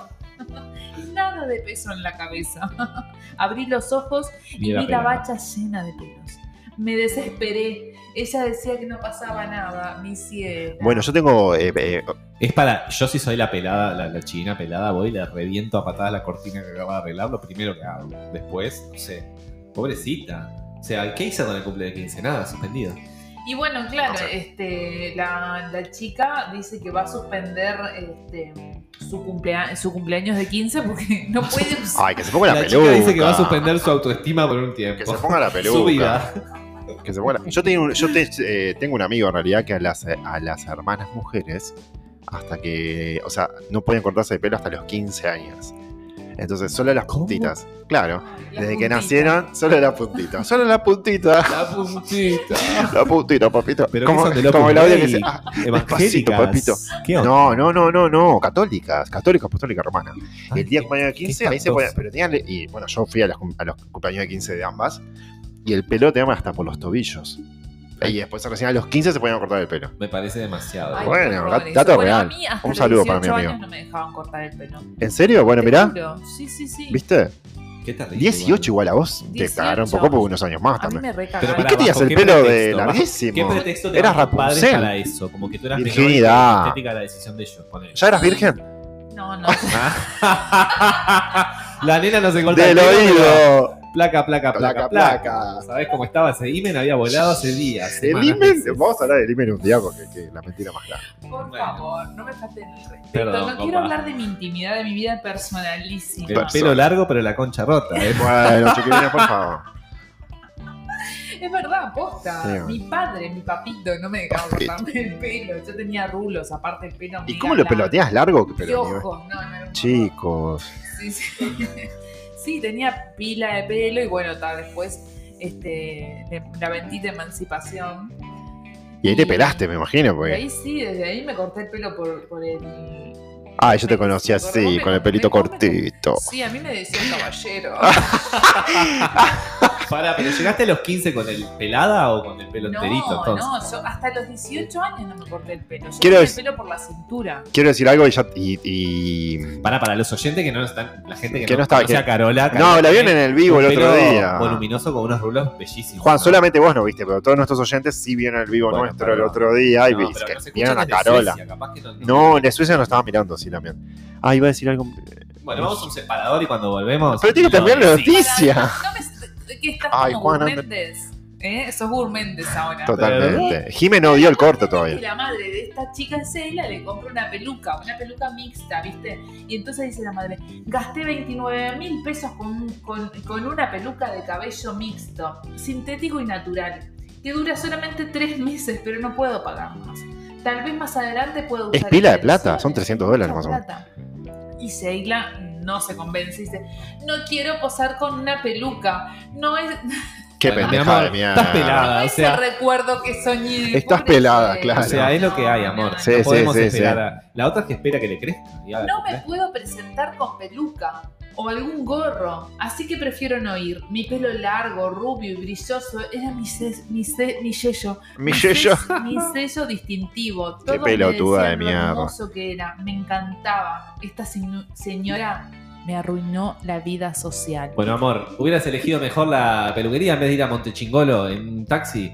Y nada de peso en la cabeza. Abrí los ojos y Y era vi la pelada. bacha llena de pelos. Me desesperé. Ella decía que no pasaba nada, mi cielo. Bueno, yo tengo. eh, eh, Es para. Yo, si soy la pelada, la, la china pelada, voy y le reviento a patadas la cortina que acaba de arreglar, lo primero que hago. Después, no sé. Pobrecita. O sea, ¿qué hizo con el cumple de quince? Nada, suspendido. Y bueno, claro, No sé. este, la, la chica dice que va a suspender este, su, cumplea- su cumpleaños de quince porque no puede usar. ay, que se ponga la, La peluca. chica dice que va a suspender su autoestima por un tiempo. Que se ponga la peluca. Su vida. Que se ponga la- Yo, tengo un, yo te- eh, tengo un amigo en realidad que a las, a las hermanas mujeres, hasta que. O sea, no pueden cortarse el pelo hasta los quince años. Entonces, solo las ¿Cómo? puntitas. Claro. La Desde que puntita. nacieron, solo la puntita. Solo la puntita. La puntita. La puntita, papito. Pero como ¿qué son de Opus como el audio que Dei? dice. Ah, despacito, Evangélicas. papito. ¿Qué onda? No, no, no, no, no. Católicas. Católicas, apostólicas romanas. Ay, El día qué- cumpleaños de qué quince, ahí se espantoso. podía. Pero tenían. Y bueno, yo fui a los, cum- a los cumpleaños de quince de ambas. Y el pelo te hasta por los tobillos. Y después recién a los quince se podían cortar el pelo. Me parece demasiado. Ay, Bueno, qué horror dato eso. Bueno, real. a mí hasta Un los saludo para mi dieciocho amigo. años no me dejaban cortar el pelo. ¿En serio? Bueno, Te mirá. juro. Sí, sí, sí. ¿Viste? Qué terrible. dieciocho igual a vos. Te dieciocho. cagaron un poco por unos años más A mí también. me Pero recagaron. ¿Y pará, qué tenías ¿bajo el qué pelo de pretexto? ¿Bajo larguísimo? ¿Qué pretexto te Eras daban tus padres Rapunzel. para eso? Como que tú eras menor y Virginidad. que la estética era la decisión de ellos. ponele. ¿Ya eras virgen? No, no. La nena no se corta Del el pelo, pero- oído. Placa, placa, Placa, placa, placa. placa. ¿Sabés cómo estaba ese himen? Había volado hace días. El semanas, himen, meses. vamos a hablar del himen un día porque que la mentira más grande. Por Bueno. favor, no me falten el respeto. Perdón, no compa. quiero hablar de mi intimidad, de mi vida personalísima. El pelo largo, pero la concha rota. ¿eh? Bueno, chiquilines, por favor. Es verdad, posta. Sí, bueno. Mi padre, mi papito, no me dejaba cortarme el pelo. Yo tenía rulos, aparte el pelo. ¿Y mega cómo lo largo. peloteas largo? Y Pero, ojos, no, no era un chicos. Sí, sí. Sí, tenía pila de pelo y bueno, tal, después este, de- la bendita emancipación. Y ahí te pelaste, me imagino, De porque. ahí sí, desde ahí me corté el pelo por, por el... Ah, yo te me- conocí vos así, me- con el pelito vos me- cortito. Sí, a mí me decía caballero. Pará, pero ¿llegaste a los quince con el pelada o con el pelo enterito? No, Entonces? no, yo hasta los dieciocho años no me corté el pelo. Yo Quiero tenía el dec- pelo por la cintura. Quiero decir algo y ya. Y, y- Para, para los oyentes que no están, la gente que, Que no, no estaba- conoce que- a Carola. No, Carola la vieron tiene en el vivo un el otro pelo día. voluminoso con unos rulos bellísimos. Juan, ¿no? solamente vos no viste, pero todos nuestros oyentes sí vieron el vivo Bueno, nuestro perdón. el otro día y No, viste pero que nos escuchan vieron a desde Carola. Suecia, capaz que no, No, de Suecia nos estaba mirando, sí, también. Ah, iba a decir algo. Bueno, vamos a un separador y cuando volvemos. Pero tiene que lo- terminar la sí. noticia. Para- no me- ¿Qué estás Ay, como Juan, no te- gourmetes? ¿Eh? Sos gourmetes ahora. Totalmente. Jimé no dio el corte Y todavía. la madre de esta chica Sheila le compró una peluca, una peluca mixta, ¿viste? Y entonces dice la madre, gasté veintinueve mil pesos con, con, con una peluca de cabello mixto, sintético y natural, que dura solamente tres meses, pero no puedo pagar más. Tal vez más adelante puedo usar... Es pila de extensiones, plata, son trescientos dólares mucha más o plata. Y Sheila no se convence, dice, no quiero posar con una peluca, no es... Qué Bueno, mi pendejada amor, de mierda. estás pelada. No o es sea- el recuerdo que soñé. Estás pobre pelada, Sheila. claro. O sea, es lo que hay, No, amor. no, Sí, no sí, podemos sí, esperar sí. a- La otra es que espera que le crezca. y haga No lo que me crezca. puedo presentar con peluca o algún gorro, así que prefiero no ir. Mi pelo largo, rubio y brilloso era mi, ses- mi, se- mi sello. Mi sello. ses- Mi sello distintivo. Qué Todos me pelotuda decían de lo mierda. hermoso que era. Me encantaba. Esta seño- señora me arruinó la vida social. Bueno, amor, hubieras elegido mejor la peluquería en vez de ir a Montechingolo en un taxi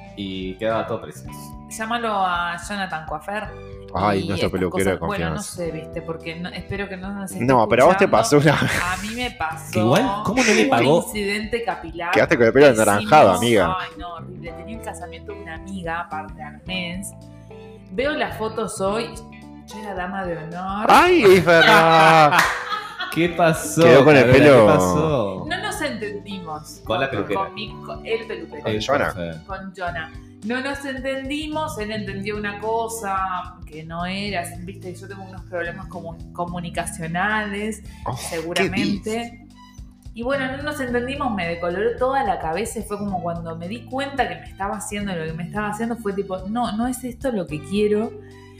y quedaba todo precioso. Llámalo a Jonathan Coafer. Ay, y nuestro estas peluquero de cosas- Bueno, no confianza. sé, viste, porque no- espero que no nos esté No, pero a vos te escuchando. pasó una. A mí me pasó. Que igual, ¿cómo no le un pagó? incidente capilar. Quedaste con el pelo Hicimos- anaranjado, amiga. Ay, no, horrible. Tenía el casamiento de una amiga, aparte al mes. Veo las fotos hoy. Yo era dama de honor. Ay, es verdad. ¿Qué pasó? Quedó con el Carola? pelo- ¿Qué pasó? No nos entendimos. Con la peluquera. Con, mi- con el peluquero. Con El Jonah. café. Con Jonah. No nos entendimos, él entendió una cosa que no era, viste, yo tengo unos problemas comu- comunicacionales, Oh, seguramente. Y bueno, no nos entendimos, me decoloró toda la cabeza y fue como cuando me di cuenta que me estaba haciendo lo que me estaba haciendo, fue tipo, no, no es esto lo que quiero.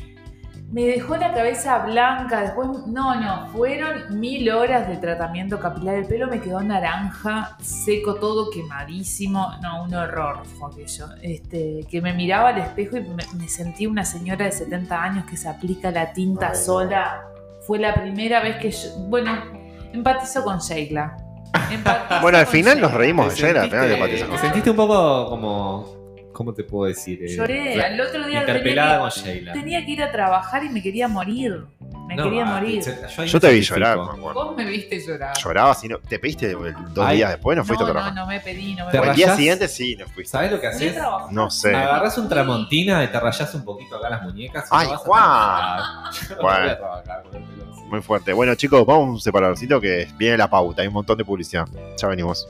Me dejó la cabeza blanca, después, no, no, fueron mil horas de tratamiento capilar, el pelo me quedó naranja, seco todo, quemadísimo, no, un horror fue aquello. Este, que me miraba al espejo y me, me sentí una señora de setenta años que se aplica la tinta Ay, sola. Fue la primera vez que yo, bueno, empatizo con Sheila. Empatizo Bueno, al con final nos Sheila. reímos ¿Te de ella, al sentiste- final de Patricia. ¿Te sentiste un poco como... ¿Cómo te puedo decir? Eh, Lloré, re- al otro día Interpelada tenía con que, Sheila. tenía que ir a trabajar y me quería morir. Me No, quería ah, morir. te- ahí Yo me te vi certifico. llorar, me acuerdo. Vos me viste llorar. Llorabas y no. ¿Te pediste el- dos Ay. días después? ¿No fuiste no, a trabajar? no, no me pedí, no me Te O pedí. el día rayás? siguiente sí, no fuiste. ¿Sabes lo que Fui a haces? trabajar. No sé. Agarrás un tramontina y te rayás un poquito acá las muñecas. y Ay, no vas a Juan. trabajar. Yo no Bueno. voy a trabajar con el pelo así. Muy fuerte. Bueno, chicos, vamos a un separadorcito que viene la pauta. Hay un montón de publicidad. Ya venimos.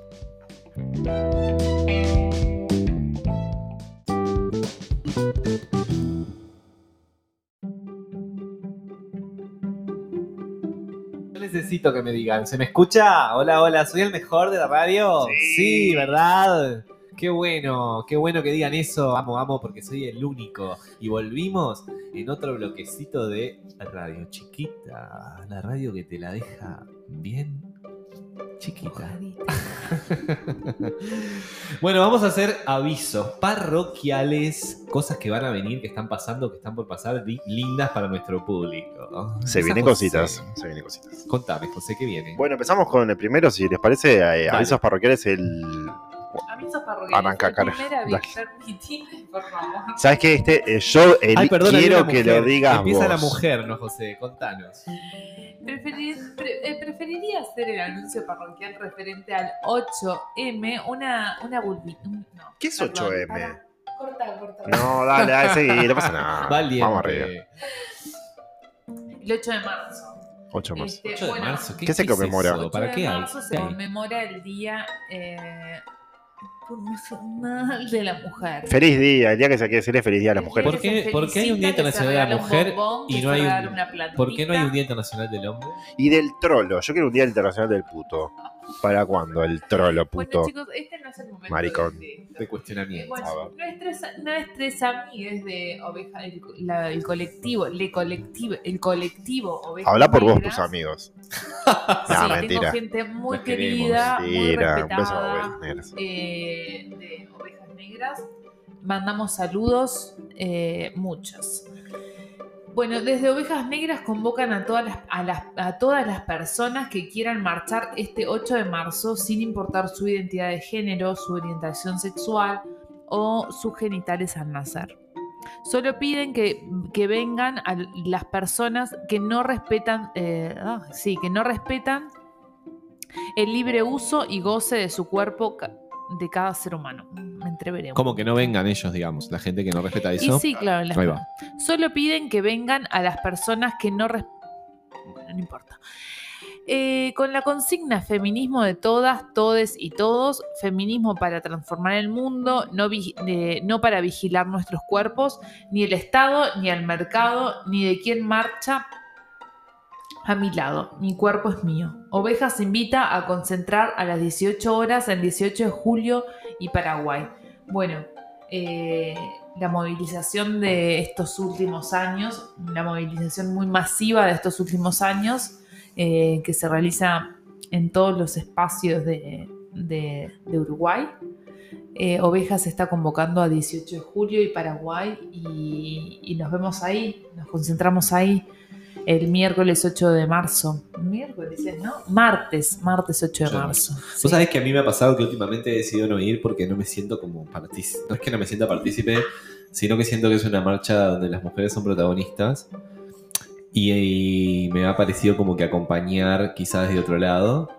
Yo necesito que me digan, ¿se me escucha? Hola, hola, ¿soy el mejor de la radio? Sí. ¿verdad? Qué bueno, qué bueno que digan eso. Amo, amo, porque soy el único. Y volvimos en otro bloquecito de Radio Chiquita. La radio que te la deja bien chiquita. Bueno, vamos a hacer avisos parroquiales, cosas que van a venir, que están pasando, que están por pasar, li- lindas para nuestro público. Se Empieza vienen José. cositas. Se vienen cositas. Contame, José, ¿qué viene? Bueno, empezamos con el primero, si les parece. eh, Dale. avisos parroquiales, el. Avisos parroquiales. porque Arranca, es la Caro. primera Dale. vez. Permitime, por favor. ¿Sabes qué? Este, eh, yo eh, Ay, perdón, había quiero una que mujer. lo digas Empieza vos. la mujer, ¿no, José? Contanos. Preferir- pre- eh, preferiría hacer el anuncio parroquial referente al ocho eme, una, una bulbi- un- no, ¿Qué es perdón, ocho eme? para- Corta, corta. No, dale, dale, seguí, no pasa nada. Valiente. Vamos arriba. El ocho de marzo. ocho más. Este, ocho de bueno, marzo. ¿Qué, ¿Qué se es conmemora? eso? ¿Para ocho qué de hay? marzo se ¿Qué hay? conmemora el Día eh, Internacional de la Mujer. Feliz día, el día que se quiere decirle feliz día a las El mujeres. ¿Por día qué- que se por qué hay un Día felicita, que se Internacional de la regala un Mujer bombón, y que no se hay un- regala una plantita? ¿Por qué no hay un Día Internacional del Hombre? Y del trolo, yo quiero un día internacional del puto. ¿Para cuándo? El trolo, puto. Bueno, chicos, este no es el momento Maricón. de, de esto. De Eh, cuestionamiento. bueno, A nuestras, nuestras amigues de Oveja, el, la- el colectivo, le colectivo, el colectivo Ovejas Habla por vos, Negras. tus amigos. Sí, No, tengo mentira. gente muy Las queremos. querida, muy Mentira, un beso a respetada, Ovejas Negras. eh, de Ovejas Negras. Mandamos saludos, eh, muchos. Bueno, desde Ovejas Negras convocan a todas, las, a, las, a todas las personas que quieran marchar este ocho de marzo sin importar su identidad de género, su orientación sexual o sus genitales al nacer. Solo piden que, que vengan a las personas que no respetan, eh, ah, sí, que no respetan el libre uso y goce de su cuerpo ca- de cada ser humano. Me entreveré. un Como que no poquito. vengan ellos, digamos, la gente que no respeta Y eso. sí, claro. las- Ahí va. Solo piden que vengan a las personas que no... res- Bueno, no importa. Eh, con la consigna feminismo de todas, todes y todos, feminismo para transformar el mundo, no, vi- eh, no para vigilar nuestros cuerpos, ni el Estado, ni el mercado, ni de quién marcha a mi lado. Mi cuerpo es mío. Ovejas invita a concentrar a las dieciocho horas el dieciocho de julio y Paraguay. Bueno, eh, la movilización de estos últimos años, la movilización muy masiva de estos últimos años, eh, que se realiza en todos los espacios de, de- de Uruguay. Eh, Ovejas se está convocando a dieciocho de julio y Paraguay y, y nos vemos ahí, nos concentramos ahí el miércoles ocho de marzo. Miércoles, ¿no? Martes, martes ocho de ocho de marzo. Sí. Vos sabés que a mí me ha pasado que últimamente he decidido no ir porque no me siento como partícipe. No es que no me sienta partícipe, sino que siento que es una marcha donde las mujeres son protagonistas. Y, y me ha parecido como que acompañar quizás de otro lado.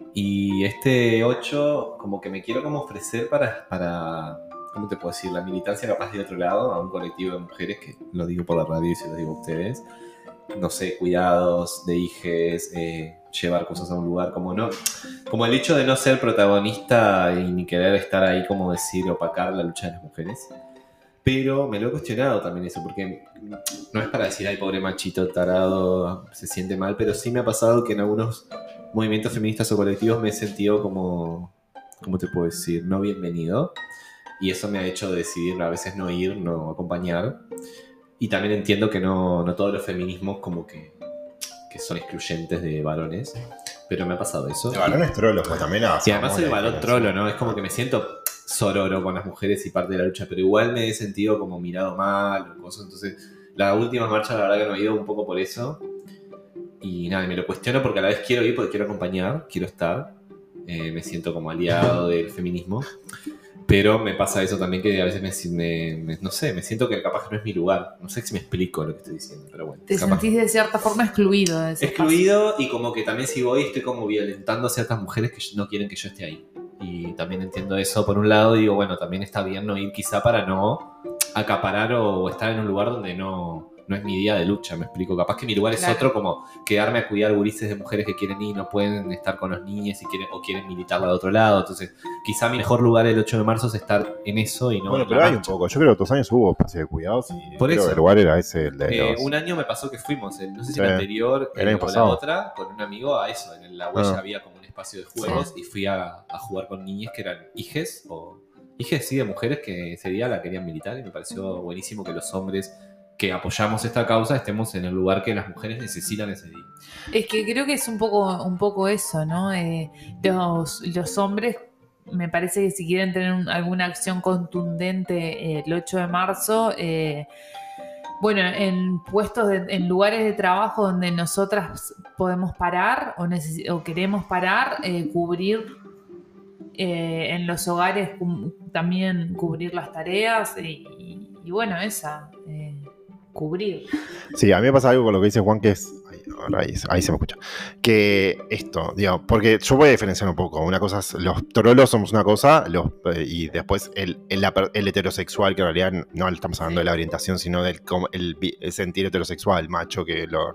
Y este ocho, como que me quiero como ofrecer para, para, ¿cómo te puedo decir? La militancia capaz de otro lado, a un colectivo de mujeres, que lo digo por la radio y se lo digo a ustedes. No sé, cuidados de hijes, eh, llevar cosas a un lugar, como no, como el hecho de no ser protagonista y ni querer estar ahí, como decir, opacar la lucha de las mujeres. Pero me lo he cuestionado también eso, porque no es para decir, ay, pobre machito tarado, se siente mal, pero sí me ha pasado que en algunos movimientos feministas o colectivos me he sentido como, ¿cómo te puedo decir? No bienvenido. Y eso me ha hecho decidir a veces no ir, no acompañar. Y también entiendo que no, no todos los feminismos como que, que son excluyentes de varones, pero me ha pasado eso. De varones trolos, pues también Y hacemos además la el varón diferencia. trolo, ¿no? Es como que me siento sororo con las mujeres y parte de la lucha, pero igual me he sentido como mirado mal o cosas. Entonces, la última marcha, la verdad que no he ido un poco por eso. Y nada, me lo cuestiono porque a la vez quiero ir porque quiero acompañar, quiero estar. Eh, me siento como aliado del feminismo. Pero me pasa eso también que a veces me, me- me- no sé, me siento que capaz que no es mi lugar. No sé si me explico lo que estoy diciendo, pero bueno. Te capaz. sentís de cierta forma excluido de ese Excluido y como que también si voy estoy como violentando a ciertas mujeres que no quieren que yo esté ahí. Y también entiendo eso por un lado, digo, bueno, también está bien no ir quizá para no acaparar o estar en un lugar donde no, no es mi día de lucha, me explico. Capaz que mi lugar es Claro. otro, como quedarme a cuidar gurises de mujeres que quieren ir y no pueden estar con los niños y quieren, o quieren militarla de otro lado. Entonces, quizá mi mejor lugar el ocho de marzo es estar en eso y no Bueno, en pero la hay un marcha. poco. Yo creo que otros años hubo espacio de cuidados y Por creo eso. que el lugar era ese, el de Eh, los... un año me pasó que fuimos, el- no sé si Sí. el anterior El eh, año o pasado. la otra, con un amigo a eso. En la huella Ah. había como un espacio de juegos y fui a, a jugar con niñas que eran hijes o hijes, sí, de mujeres que ese día la querían militar y me pareció buenísimo que los hombres que apoyamos esta causa estemos en el lugar que las mujeres necesitan ese día. Es que creo que es un poco, un poco eso, ¿no? Eh, los, los hombres, me parece que si quieren tener un- alguna acción contundente eh, el ocho de marzo, eh, bueno, en puestos, de- en lugares de trabajo donde nosotras podemos parar o, necesi- o queremos parar, eh, cubrir eh, en los hogares cum- también cubrir las tareas y, y, y bueno, esa, eh, cubrir. Sí, a mí me pasa algo con lo que dice Juan, que es... Ahí, ahora ahí, ahí se me escucha. Que esto, digamos, porque yo voy a diferenciar un poco. Una cosa es, los trolos somos una cosa, los, eh, y después el, el, el heterosexual, que en realidad no estamos hablando de la orientación, sino del el, el sentir heterosexual, macho, que lo...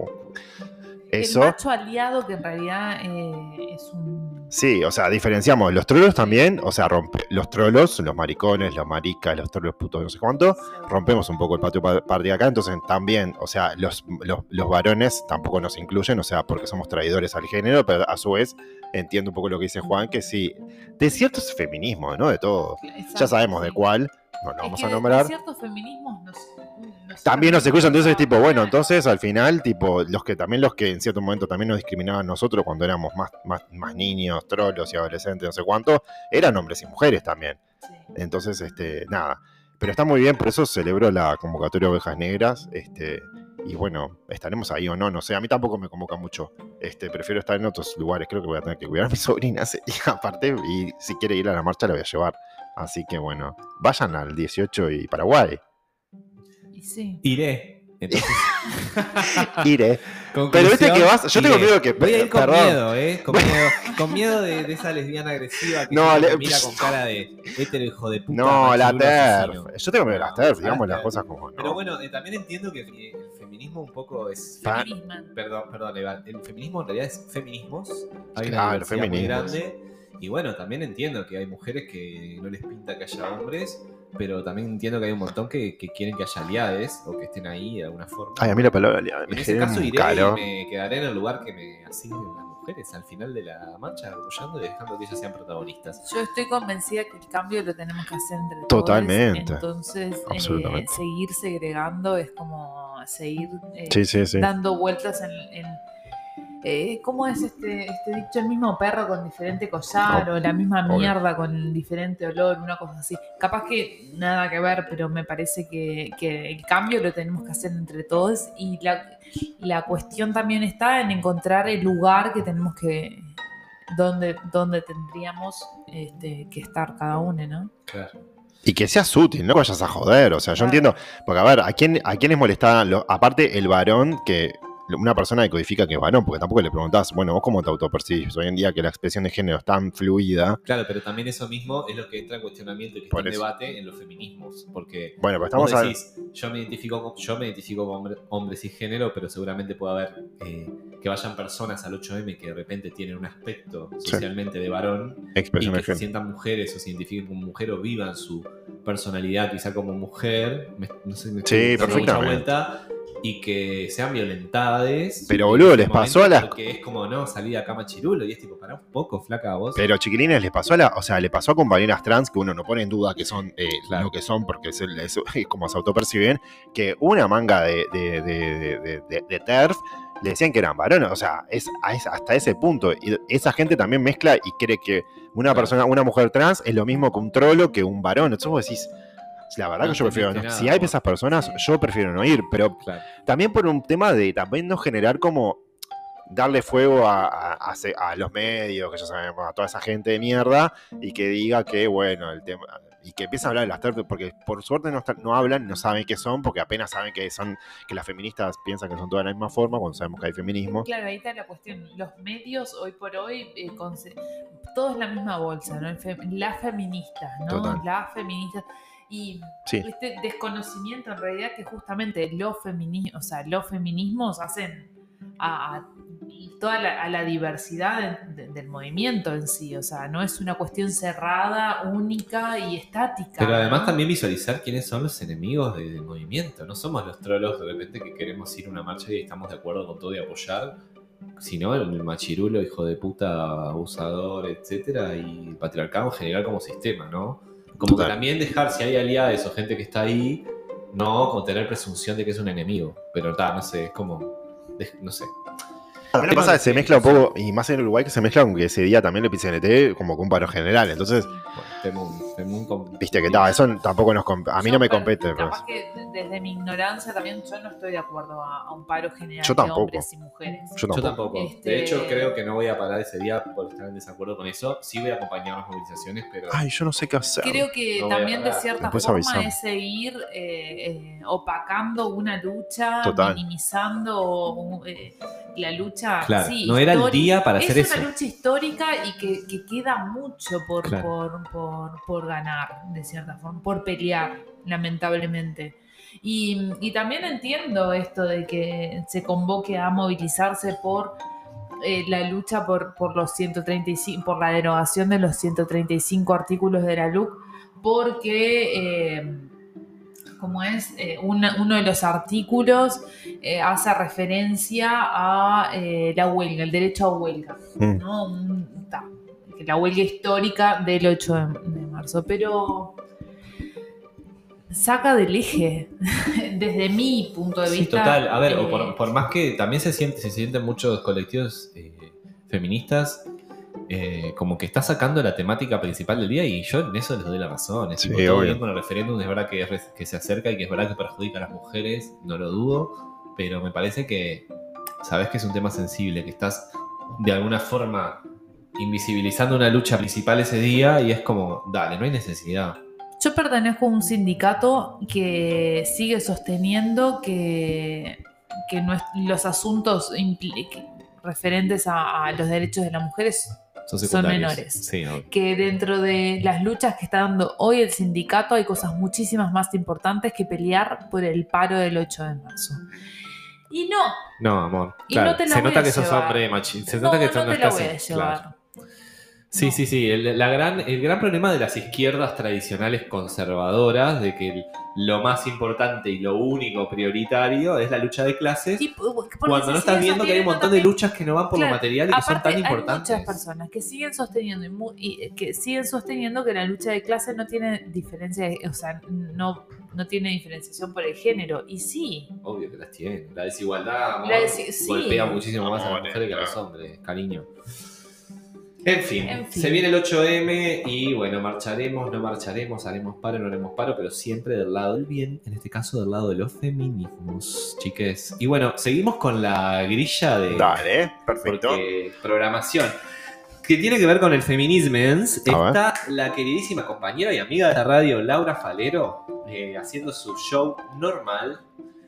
Eso. El macho aliado, que en realidad eh, es un... Sí, o sea, diferenciamos los trolos también, o sea, rompe, los trolos, los maricones, los maricas, los trolos putos, no sé cuánto, rompemos un poco el patio partido acá, entonces también, o sea, los, los, los varones tampoco nos incluyen, o sea, porque somos traidores al género, pero a su vez entiendo un poco lo que dice Juan, que sí, de ciertos feminismos, ¿no? De todo. Exacto, ya sabemos sí. de cuál, no lo Es vamos que a de- nombrar. de ciertos feminismos no sé. También nos escuchan, entonces tipo, bueno, entonces al final, tipo, los que también los que en cierto momento también nos discriminaban nosotros cuando éramos más, más, más niños, trolos y adolescentes, no sé cuánto, eran hombres y mujeres también. Sí. Entonces, este, nada. Pero está muy bien, por eso celebro la convocatoria de Ovejas Negras, este, y bueno, estaremos ahí o no, no sé, a mí tampoco me convoca mucho, este, prefiero estar en otros lugares, creo que voy a tener que cuidar a mis sobrinas, y aparte, y si quiere ir a la marcha la voy a llevar. Así que bueno, vayan al dieciocho y Paraguay. Y sí. Iré. Entonces, Iré. conclusión, Pero viste que vas, yo tengo iré. miedo que... Voy a ir con perdón. miedo, ¿eh? Con miedo, con miedo de, de esa lesbiana agresiva que No, siempre le- te mira con cara de hétero hijo de puta. No, la machirulo asesino. TERF. Yo tengo miedo de las TERF, No, digamos la las TERF. cosas como... Pero No. bueno, eh, también entiendo que eh, el feminismo un poco es... Fa- Feminismo. Perdón, perdón, Eva. El feminismo en realidad es feminismos. Hay una Claro, diversidad muy feminismos. grande. Y bueno, también entiendo que hay mujeres que no les pinta que haya hombres, pero también entiendo que hay un montón que, que quieren que haya aliades o que estén ahí de alguna forma. Ay, a mí la palabra aliada En me ese genera caso un iré calor. y me quedaré en el lugar que me asignen las mujeres al final de la marcha, apoyando y dejando que ellas sean protagonistas. Yo estoy convencida que el cambio lo tenemos que hacer entre Totalmente. todos. Entonces, eh, Absolutamente. seguir segregando es como seguir eh, Sí, sí, sí. dando vueltas en... en eh, ¿cómo es este, este dicho? El mismo perro con diferente collar Oh, o la misma obvio. mierda con diferente olor, una cosa así. Capaz que nada que ver, pero me parece que, que el cambio lo tenemos que hacer entre todos y la, la cuestión también está en encontrar el lugar que tenemos que... donde, donde tendríamos este, que estar cada uno, ¿no? Claro. Y que seas útil, no vayas a joder. O sea, yo Claro. entiendo. Porque, a ver, ¿a quién, a quién les molestaba? Lo- aparte, el varón que. Una persona que codifica que es varón, porque tampoco le preguntás, bueno, ¿vos cómo te autopercibís? Hoy en día que la expresión de género es tan fluida. Claro, pero también eso mismo es lo que entra en cuestionamiento y que Por está en eso. debate en los feminismos. Porque Bueno, pero estamos vos a- decís, yo me identifico con, yo me identifico con hombre, hombres y género, pero seguramente puede haber eh, que vayan personas al ocho eme que de repente tienen un aspecto Sí. socialmente de varón y expresión que de se género. sientan mujeres o se identifiquen como mujer o vivan su personalidad quizá como mujer. Me- no sé, me Sí, estoy dando mucha perfectamente. vuelta. Y que sean violentadas. Pero, en boludo, ese les pasó momento a las- Porque es como, no, salí de acá machirulo y es tipo, pará un poco, flaca vos. Pero chiquilines, les pasó a la, o sea, le pasó a compañeras trans que uno no pone en duda que son eh, Claro. lo que son porque es, el- es- es como se autoperciben, que una manga de, de, de, de, de- de- de TERF le decían que eran varones, o sea, es, es hasta ese punto. Y esa gente también mezcla y cree que una Claro. persona, una mujer trans es lo mismo que un trolo, que un varón. Entonces vos decís, la verdad No que yo prefiero, entendiste no. nada, Si hay vos. esas personas, yo prefiero no ir, pero Claro. también por un tema de también no generar como darle fuego a, a- a se- a los medios, que ya sabemos, a toda esa gente de mierda, y que diga que, bueno, el tema, y que empiece a hablar de las TERF, porque por suerte no, están- no hablan, no saben qué son, porque apenas saben que son, que las feministas piensan que son todas de la misma forma, cuando sabemos que hay feminismo. Claro, ahí está la cuestión. Los medios hoy por hoy, eh, conse- todo es la misma bolsa, ¿no? El fe- las feministas, ¿no? Total. Las feministas. Y Sí. este desconocimiento en realidad que justamente los feminismos, o sea, los feminismos hacen a, a toda la, a la diversidad de- de- del movimiento en sí. O sea, no es una cuestión cerrada, única y estática. Pero además ¿no? también visualizar quiénes son los enemigos de- del movimiento. No somos los trolos de repente que queremos ir a una marcha y estamos de acuerdo con todo y apoyar, sino el machirulo, hijo de puta, abusador, etcétera, y patriarcado en general como sistema, ¿no? Como Total. que también dejar, si hay aliados o gente que está ahí, no como tener presunción de que es un enemigo. Pero ta, no sé, es como. de- no sé. A mí me pasa que se mezcla un poco, y más en Uruguay, que se mezcla con que ese día también el P C N T como que un paro general. Entonces, Bueno, Temun, Temun con- viste que ta, eso tampoco nos comp- a mí Yo, no me pero compete. Pero... Capaz que desde mi ignorancia también yo no estoy de acuerdo a, a un paro general Yo de tampoco. hombres y mujeres. Yo Yo tampoco. tampoco. Este- De hecho, creo que no voy a parar ese día por estar en desacuerdo con eso. Sí voy a acompañar las movilizaciones, pero... Ay, yo no sé qué hacer. Creo que No voy a también de parar. cierta Después forma avisame. es seguir eh, eh, opacando una lucha, Total. minimizando eh, la lucha. Claro, sí, no era el histórica. día para hacer Es eso. una lucha histórica y que, que queda mucho por, Claro. por, por, por ganar, de cierta forma, por pelear, lamentablemente. Y, y también entiendo esto de que se convoque a movilizarse por eh, la lucha por, por los ciento treinta y cinco, por la derogación de los ciento treinta y cinco artículos de la L U C, porque eh, como es eh, una- uno de los artículos eh, hace referencia a eh, la huelga, el derecho a huelga, Mm. ¿no? Un- ta, la huelga histórica del ocho de, de marzo, pero saca del eje, desde mi punto de Sí, vista. total. A ver, o eh, por, por más que también se, siente, se sienten muchos colectivos eh, feministas, eh, como que está sacando la temática principal del día y yo en eso les doy la razón. Es Sí, tipo, todo obvio. bien con el referéndum, es verdad que, es re- que se acerca y que es verdad que perjudica a las mujeres, no lo dudo, pero me parece que sabes que es un tema sensible, que estás de alguna forma invisibilizando una lucha principal ese día y es como, dale, no hay necesidad. Yo pertenezco a un sindicato que sigue sosteniendo que, que nues- los asuntos impli- que- referentes a, a los derechos de las mujeres, Son, Son secundarios. menores. Sí, obvio. que dentro de las luchas que está dando hoy el sindicato hay cosas muchísimas más importantes que pelear por el paro del ocho de marzo. Y no, No, amor. Y Claro, no te la se voy nota a que sos llevar. hombre machi. Se no, nota que no tú no te la estás voy a en- llevar. claro. Sí, No. sí, sí. El, la gran, el gran problema de las izquierdas tradicionales conservadoras, de que el- lo más importante y lo único prioritario es la lucha de clases, Y, por- porque cuando se no estás sigue viendo que hay un sosteniendo montón de también- luchas que no van por Claro, lo material y que son aparte, tan importantes. Hay muchas personas que siguen sosteniendo y mu- y, eh, que siguen sosteniendo que la lucha de clase no tiene diferencia, de- o sea, no, no tiene diferenciación por el género. Y sí, Obvio que las tienen. La desigualdad amor, La desi- sí. golpea muchísimo más a las Amor, mujeres que a los claro. hombres, cariño. En fin, En fin. se viene el ocho eme y bueno, marcharemos, no marcharemos, haremos paro, no haremos paro, pero siempre del lado del bien, en este caso del lado de los feminismos, chiques. Y bueno, seguimos con la grilla de Dale, perfecto. porque programación que tiene que ver con el feminismens. A ver. Está la queridísima compañera y amiga de la radio, Laura Falero, eh, haciendo su show normal.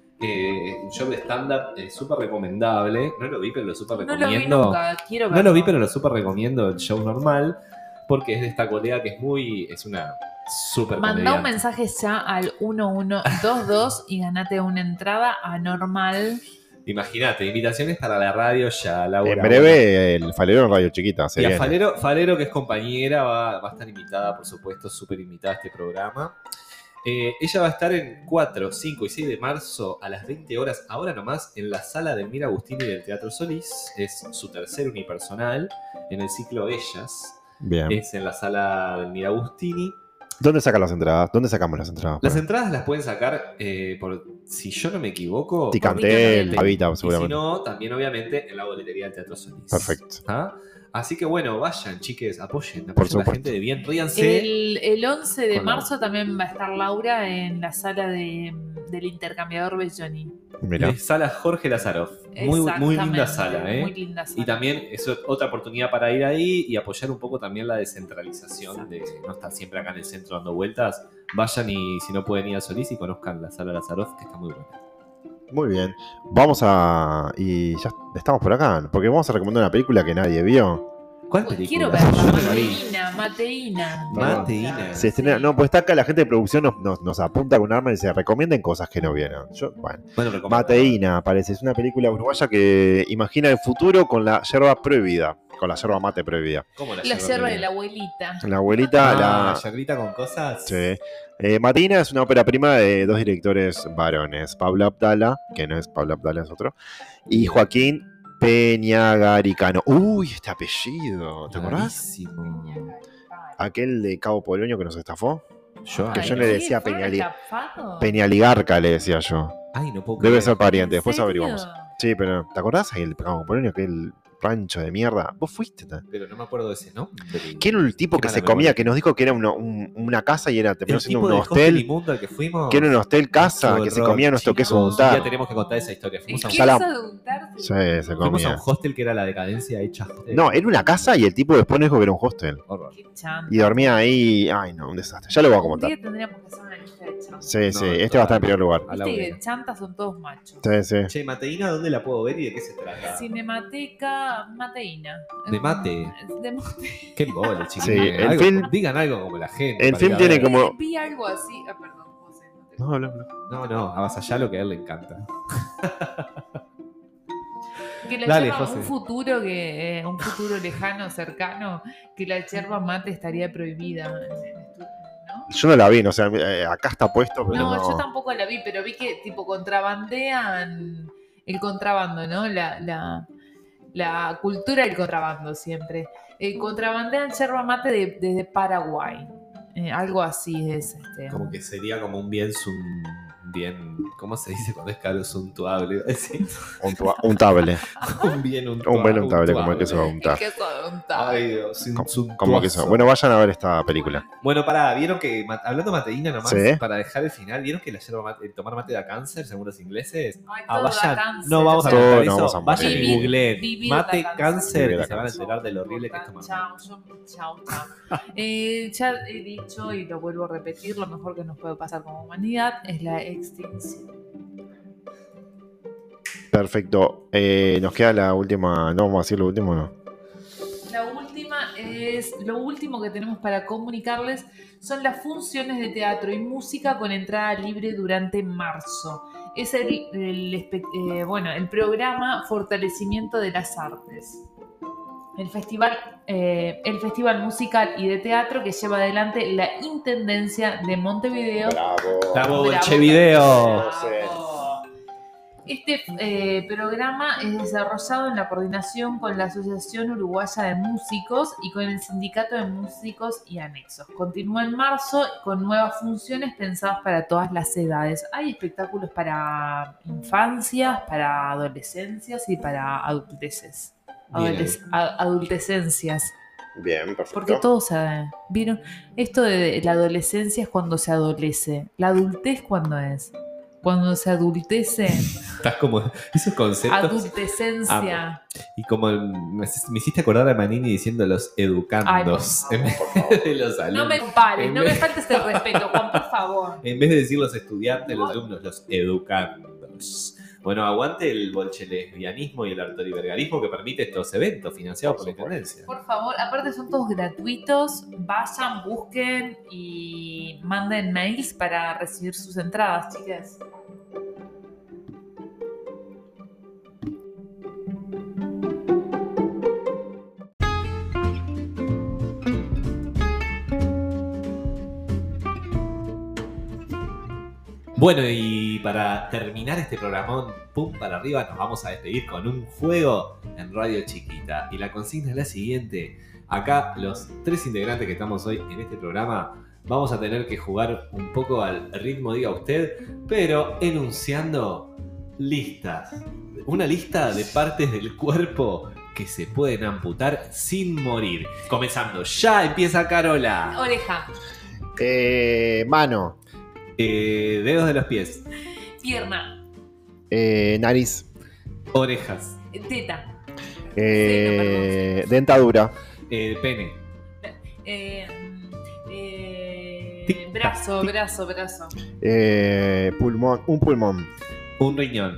Eh, un show de stand-up eh, súper recomendable. No lo vi, pero lo súper no lo vi recomiendo. nunca, quiero No verlo. lo vi, pero lo súper recomiendo el show normal. Porque es de esta colega que es muy. Es una súper Manda un comediante. mensaje ya al uno uno dos dos y ganate una entrada anormal. Imagínate, invitaciones para la radio ya, Laura. En breve, el Falero en Radio Chiquita. Se Y a viene. Falero, Falero, que es compañera, va, va a estar invitada, por supuesto, súper invitada a este programa. Eh, ella va a estar en cuatro, cinco y seis de marzo a las veinte horas, ahora nomás, en la sala de Mira Agustini del Teatro Solís. Es su tercer unipersonal en el ciclo Ellas. Bien. Es en la sala del Mira Agustini. ¿Dónde sacan las entradas? ¿Dónde sacamos las entradas? Las entradas las pueden sacar, eh, por, si yo no me equivoco, Ticantel, Ticantel. Pavita, y si seguramente. no, también obviamente en la boletería del Teatro Solís. Perfecto. ¿Ah? Así que bueno, vayan, chiques, apoyen, apoyen Por a la supuesto. gente de bien, ríanse. El, el once de Con la- marzo también va a estar Laura en la sala de, del intercambiador Belloni. Mira. De sala Jorge Lazaroff. Muy, muy linda Exactamente, sala, ¿eh? Muy linda sala. Y también es otra oportunidad para ir ahí y apoyar un poco también la descentralización de no estar siempre acá en el centro dando vueltas. Vayan y si no pueden ir a Solís y conozcan la sala Lazaroff, que está muy buena. Muy bien. Vamos a. Y ya estamos por acá. Porque vamos a recomendar una película que nadie vio. ¿Cuál Uy, película? quiero ver Yo no la vi. Mateína, Mateína. Mateína. Se estrena. No, pues está acá la gente de producción nos, nos, nos apunta con un arma y dice: recomienden cosas que no vieron. Yo, bueno. Bueno, recomiendo. Mateína, parece. Es una película uruguaya que imagina el futuro con la yerba prohibida. Con la yerba mate prohibida. ¿Cómo La yerba yerba de prohibida? la abuelita. La abuelita, Ah, la. yerbita con cosas. Sí. Eh, Mateína es una ópera prima de dos directores varones, Pablo Abdala, que no es Pablo Abdala, es otro, y Joaquín Peñagaricano. Uy, este apellido, ¿te acordás? Rarísimo. Aquel de Cabo Polonio que nos estafó. Yo, Que Ay, yo le ¿qué? decía ¿Fueron Peñali- estafados? Peñaligarca, le decía yo. Ay, no puedo Debe creer. ser pariente, ¿En después serio? averiguamos. Sí, pero ¿te acordás? Ahí el Cabo Polonio, aquel rancho de mierda. ¿Vos fuiste? ta? Pero no me acuerdo de ese, ¿no? ¿Quién era el tipo Qué que mala se comía, memoria. que nos dijo que era una, un- una casa y era terminó El siendo tipo un del hostel hostel? inmundo al que fuimos. Que era un hostel casa, Mucho que se horror, comía nuestro chicos. queso Un día untado. tenemos que contar esa historia. Fuimos a un, ¿Qué Salam. es adultarse? Sí, se fuimos a comía. un hostel que era la decadencia hecha hostel. No, era una casa y el tipo después nos dijo que era un hostel. Horror. Qué chanta. Y dormía ahí. Ay, no, un desastre. Ya lo voy a Un comentar. día tendríamos que hacer una lista de chantas. Sí, No, sí, este va a estar en primer lugar. A la Viste que buena. chantas son todos machos. Sí, sí. Che, Mateína, ¿dónde la puedo ver y de qué se trata? Cinemateca Mateína. De mate. De mate. Qué embole, chicos. Sí, el Algo- film- Digan algo como la gente. el para film ir a tiene ver. como- Vi algo así. Ah, perdón, José. no te- No, no, no. No, no, avasallalo que a él le encanta. Que la Dale, yerba, José. un futuro que eh, un futuro lejano, cercano, que la yerba mate estaría prohibida en el estudio, ¿no? Yo no la vi, no, o sea, eh, acá está puesto, pero No, no. yo tampoco la vi, pero vi que tipo contrabandean el contrabando, ¿no? La, la, la cultura del contrabando siempre. Eh, contrabandean yerba mate de- desde Paraguay. Eh, algo así es este. Como que sería como un bien sun- bien, ¿cómo se dice cuando es caro suntuable? Iba a decir. Un, tua- un table. un bien untuable. Un buen untable, como el que se va a El untar. queso de untar. Ay, Dios, un Como- suntuoso. Como que eso. Bueno, vayan a ver esta película. Bueno, pará, vieron que, ma- hablando de mateína nomás, Sí. para dejar el final, ¿vieron que la yerba mate- el tomar mate da cáncer, según los ingleses? Ay, Ah, todo da vayan, cáncer. no vamos a Todo contar no eso, vamos a vayan y morir. googleen Vivir mate da cáncer Vivir y da se van a cáncer. enterar de lo horrible que es tomar Chao, mate. yo- chao, chao. Eh, ya he dicho y lo vuelvo a repetir, lo mejor que nos puede pasar como humanidad es la extinción. Perfecto. Eh, nos queda la última. No vamos a decir lo último, no. La última es, lo último que tenemos para comunicarles son las funciones de teatro y música con entrada libre durante marzo. Es el, el espe- eh, bueno, el programa Fortalecimiento de las Artes. El festival, eh, el festival musical y de teatro que lleva adelante la Intendencia de Montevideo. Bravo. Bravo, Bravo, Montevideo. bravo. Este eh, programa es desarrollado en la coordinación con la Asociación Uruguaya de Músicos y con el Sindicato de Músicos y Anexos. Continúa en marzo con nuevas funciones pensadas para todas las edades. Hay espectáculos para infancias, para adolescencias y para adulteces. Bien. Adolesc- a- adultecencias. Bien, perfecto. Porque todos se vieron. Esto de la adolescencia es cuando se adolece. La adultez, ¿cuándo es? Cuando se adultece. Estás como esos conceptos. Adultecencia. Y como el- me, me hiciste acordar a Manini diciendo los educandos Ay, por en favor. vez de los No alumnos. me pares, En no me vez- faltes el respeto, Juan, por favor. En vez de decir los estudiantes, los alumnos, los educandos. Bueno, aguante el bolchelesbianismo y el artoribergarismo que permite estos eventos financiados por la Intendencia. Por favor, aparte son todos gratuitos. Vayan, busquen y manden mails para recibir sus entradas, chicas. Bueno, y para terminar este programón, pum para arriba, nos vamos a despedir con un juego en Radio Chiquita. Y la consigna es la siguiente. Acá, los tres integrantes que estamos hoy en este programa, vamos a tener que jugar un poco al ritmo, diga usted, pero enunciando listas. Una lista de partes del cuerpo que se pueden amputar sin morir. Comenzando, ya empieza Carola. Oreja, Eh, mano. Eh, dedos de los pies, pierna, Eh, nariz. orejas, teta, Eh, dentadura. eh, pene, eh, eh, Tic, brazo, tac, tic. brazo, brazo, Eh, pulmón. Un pulmón. un riñón,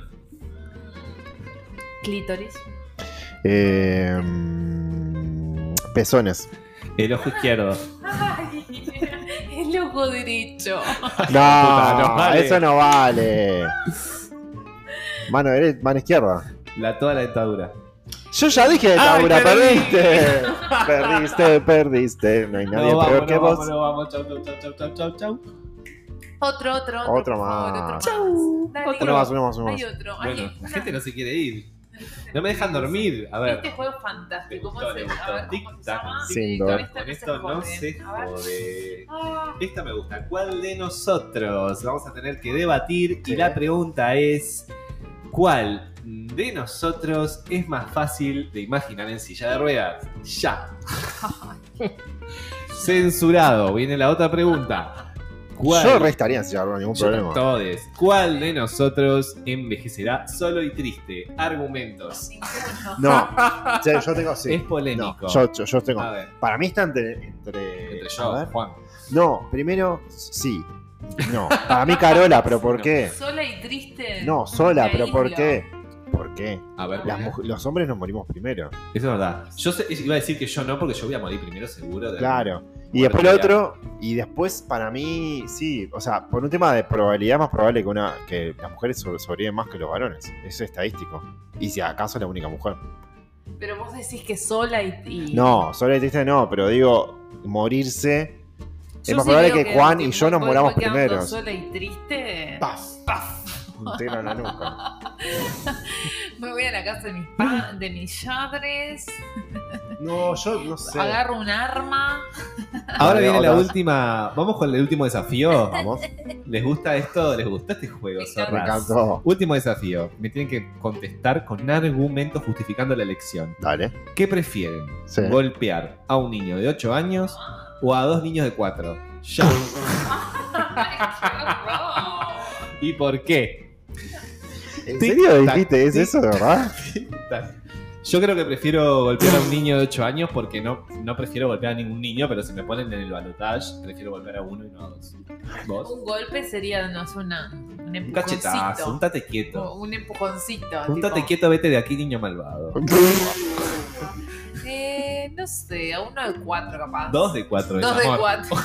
clítoris, Eh, mm, pezones. el ojo izquierdo. ay, el ojo derecho, No, puta, no vale. eso no vale. Mano derecha, mano izquierda. La, toda la dentadura. Yo ya dije Ay, dentadura, perdí. perdiste. Perdiste, perdiste. No hay nadie No, peor vamos, que no, vos. vamos, no, vamos. Chau, chau, chau, chau, chau, chau, chau. otro, otro, otro, Otro por favor, más. otro Chau. Dale. Otro Uno más, uno más, uno Hay más. otro, Bueno, hay la gente no se quiere ir. No me dejan dormir. A ver. Este juego es fantástico. ¿Cómo Me se gustó, a ver, tic, ¿cómo se tac, llama? sin Sí, duda. con esta Con no esto no jode. se A ver. jode. Ah, Esta me gusta. ¿Cuál de nosotros? Vamos a tener que debatir. Sí. Y la pregunta es: ¿cuál de nosotros es más fácil de imaginar en silla de ruedas? Ya. Censurado. Viene la otra pregunta. ¿Cuál? Yo restaría en silla de ruedas, ningún Yo problema. todos. ¿Cuál de nosotros envejecerá solo y triste? Argumentos. Ninguno. No, o sea, yo tengo sí. Es polémico. No, yo, yo, yo tengo. A ver, Para mí está entre. Entre, entre a yo, ver. Juan. No, primero, sí. No, para mí Carola, pero ¿por qué? Sola y triste. No, sola, Me pero ¿por aíslo. qué? ¿Por qué? A ver, Las ¿por qué? muj- los hombres nos morimos primero. Eso es verdad. Yo sé- iba a decir que yo no, porque yo voy a morir primero seguro. De Claro. Y Bueno, después lo ya. otro, y después para mí, sí, o sea, por un tema de probabilidad más probable que una que las mujeres sobre- sobreviven más que los varones. Eso es estadístico. Y si acaso es la única mujer. Pero vos decís que sola y. y- No, sola y triste no, pero digo, morirse. Yo es más sí probable veo que Juan y voy- yo nos voy- moramos voy quedando primeros. Sola y triste. Paf. Paf. Un tiro en la nuca. Me voy a la casa de mis, pa- de mis padres. No, yo no sé. Agarro un arma. Ahora viene la Otras. última. Vamos con el último desafío. Vamos, ¿Les gusta esto? ¿Les gustó este juego? Me encanta. me zorras? encantó. Último desafío. Me tienen que contestar con argumentos justificando la elección. Dale. ¿Qué prefieren? Sí. ¿Golpear a un niño de ocho años o a dos niños de cuatro? Ya. Ay, qué horror. ¿Y por qué? ¿En Tic, serio tac, dijiste? ¿Es tic. eso de verdad? Yo creo que prefiero golpear a un niño de ocho años porque no, no prefiero golpear a ningún niño, pero si me ponen en el balotage, prefiero golpear a uno y no a dos. ¿Vos? Un golpe sería, no sé, una, un Un empujoncito. cachetazo, un tate quieto. O un empujoncito. Un tipo, tate quieto, vete de aquí, niño malvado. Eh, no sé, a uno de cuatro capaz. Dos de cuatro. Dos de amor. cuatro.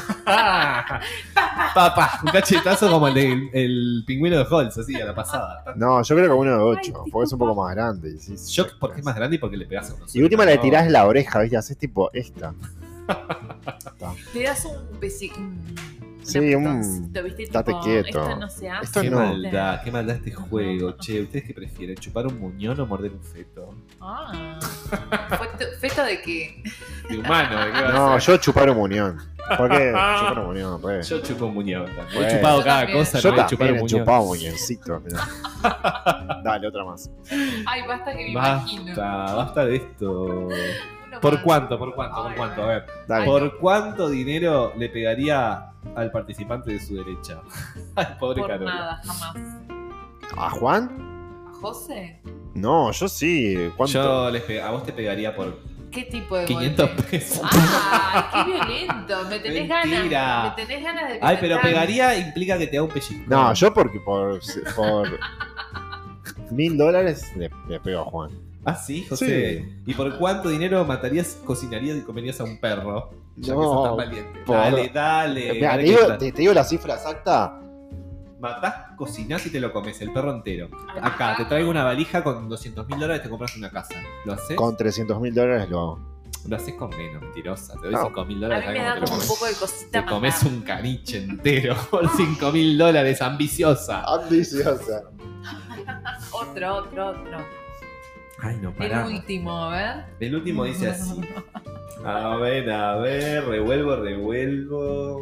Papá, un cachetazo como el del el pingüino de Halls, así, a la pasada. No, yo creo que uno de ocho, Ay, porque es un poco más grande. y sí, sí, Yo sí. porque es más grande y porque le pegas a uno. Y última le tirás la oreja, ¿viste? Haces tipo esta. Le das un besi- un Sí, un un- empujoncito, ¿viste? date Tipo, quieto. Esto no se hace. Esto Qué no. maldad, qué maldad este juego. Che, ¿ustedes qué prefieren? ¿Chupar un muñón o morder un feto? Ah. ¿Feto, feto de qué? De humano, ¿de qué va a No, ser? yo chupar un muñón. ¿Por qué? Chupar un muñón, re. Yo chupo un muñón también. Bueno. He chupado Yo cada también. cosa, Yo no voy a chupar también un he muñón. chupado muñoncito. mirá. Dale, otra más. Ay, basta que me imagino. Basta, basta de esto. Uno ¿Por más. cuánto? ¿Por cuánto? ¿Por Ay, cuánto? A ver. Dale. ¿Por cuánto dinero le pegaría al participante de su derecha? Ay, pobre Por Carola. nada, jamás. ¿A Juan? ¿A José? No, yo sí. ¿Cuánto? Yo les pe- a vos te pegaría por ¿Qué tipo de quinientos golpe? pesos. ¡Ay, qué violento! Me tenés Mentira. ganas. Me tenés ganas de Ay, pero violentar. pegaría implica que te da un pellizco. No, yo porque por, por mil dólares le, le pego a Juan. Ah, sí, José. ¿Y por cuánto dinero matarías, cocinarías y comerías a un perro? Ya que No, sos tan valiente. por- Dale, dale. Mirá, dale te, que digo, tra- te- te digo la cifra exacta. Matás, cocinás y te lo comes, el perro entero. Ay, Acá, te ajá. traigo una valija con doscientos mil dólares y te compras una casa. ¿Lo haces? Con trescientos mil dólares lo hago. Lo haces con menos, mentirosa. Te doy No. cinco mil A dólares. mí me ¿sabes da cómo te lo como un comes? poco de cosita Te comes matar. un caniche entero por cinco mil dólares, ambiciosa. Ambiciosa. Otro, otro, otro. Ay, no, El pará. último, a ver. El último dice así. A ver, a ver, revuelvo, revuelvo.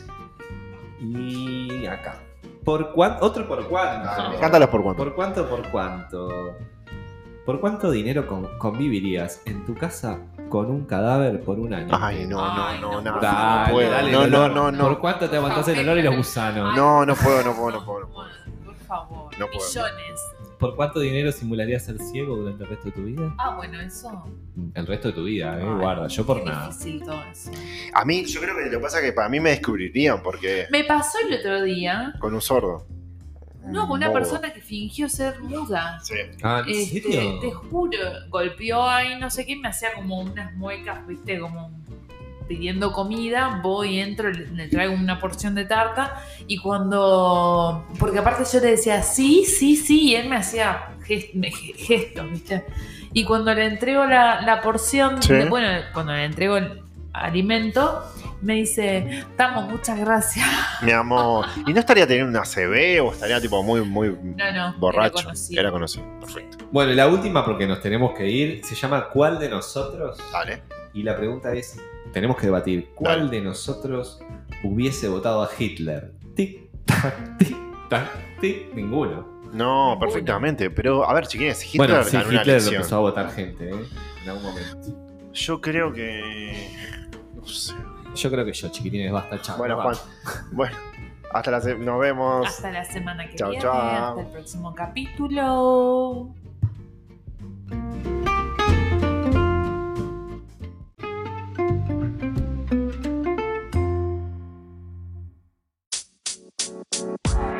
Y acá. ¿Por cuánto? Otro por cuánto. Ah, me encantan los por cuánto. ¿Por cuánto, por cuánto? ¿Por cuánto dinero con- convivirías en tu casa con un cadáver por un año? Ay, no, no, Ay, no, no, nada. Dale, no puedo. dale, no, el no, olor. no, no. ¿Por cuánto te aguantás el olor y los gusanos? No, no puedo, no puedo, no puedo. No puedo. Por favor, No puedo. millones. ¿Por cuánto dinero simularías ser ciego durante el resto de tu vida? Ah, bueno, eso. El resto de tu vida, eh, Ay, guarda. Yo por qué nada. difícil todo eso. A mí, yo creo que lo que pasa es que para mí me descubrirían porque Me pasó el otro día, con un sordo. no, con una Bobo. persona que fingió ser muda. Sí. Ah, ¿en Este, serio? te juro, golpeó ahí, no sé qué, me hacía como unas muecas, viste, como pidiendo comida, voy, entro, le, le traigo una porción de tarta y cuando, porque aparte yo le decía sí, sí, sí, y él me hacía gest- me- ge- gestos, viste, y cuando le entrego la, la porción, Sí. de- bueno, cuando le entrego el alimento, me dice, Tamo, muchas gracias. Mi amor. ¿Y no estaría teniendo una C B o estaría tipo muy, muy No, no, borracho? era conocido. Era conocido. Perfecto. Bueno, y la última, porque nos tenemos que ir, se llama ¿Cuál de nosotros? Dale. Y la pregunta es, tenemos que debatir, ¿cuál Dale. de nosotros hubiese votado a Hitler? Tic, tac, tic, tac, tic, ninguno. No, Ninguno. perfectamente. Pero, a ver, chiquines, Hitler Bueno, sí, ganó una Hitler elección. empezó a votar gente, ¿eh? En algún momento. Yo creo que... No sé. Yo creo que yo, chiquitines, basta, chao. Bueno, nos Juan. vamos. Bueno, hasta la se- nos vemos. Hasta la semana que Chao, viene. chao. Hasta el próximo capítulo. Bye.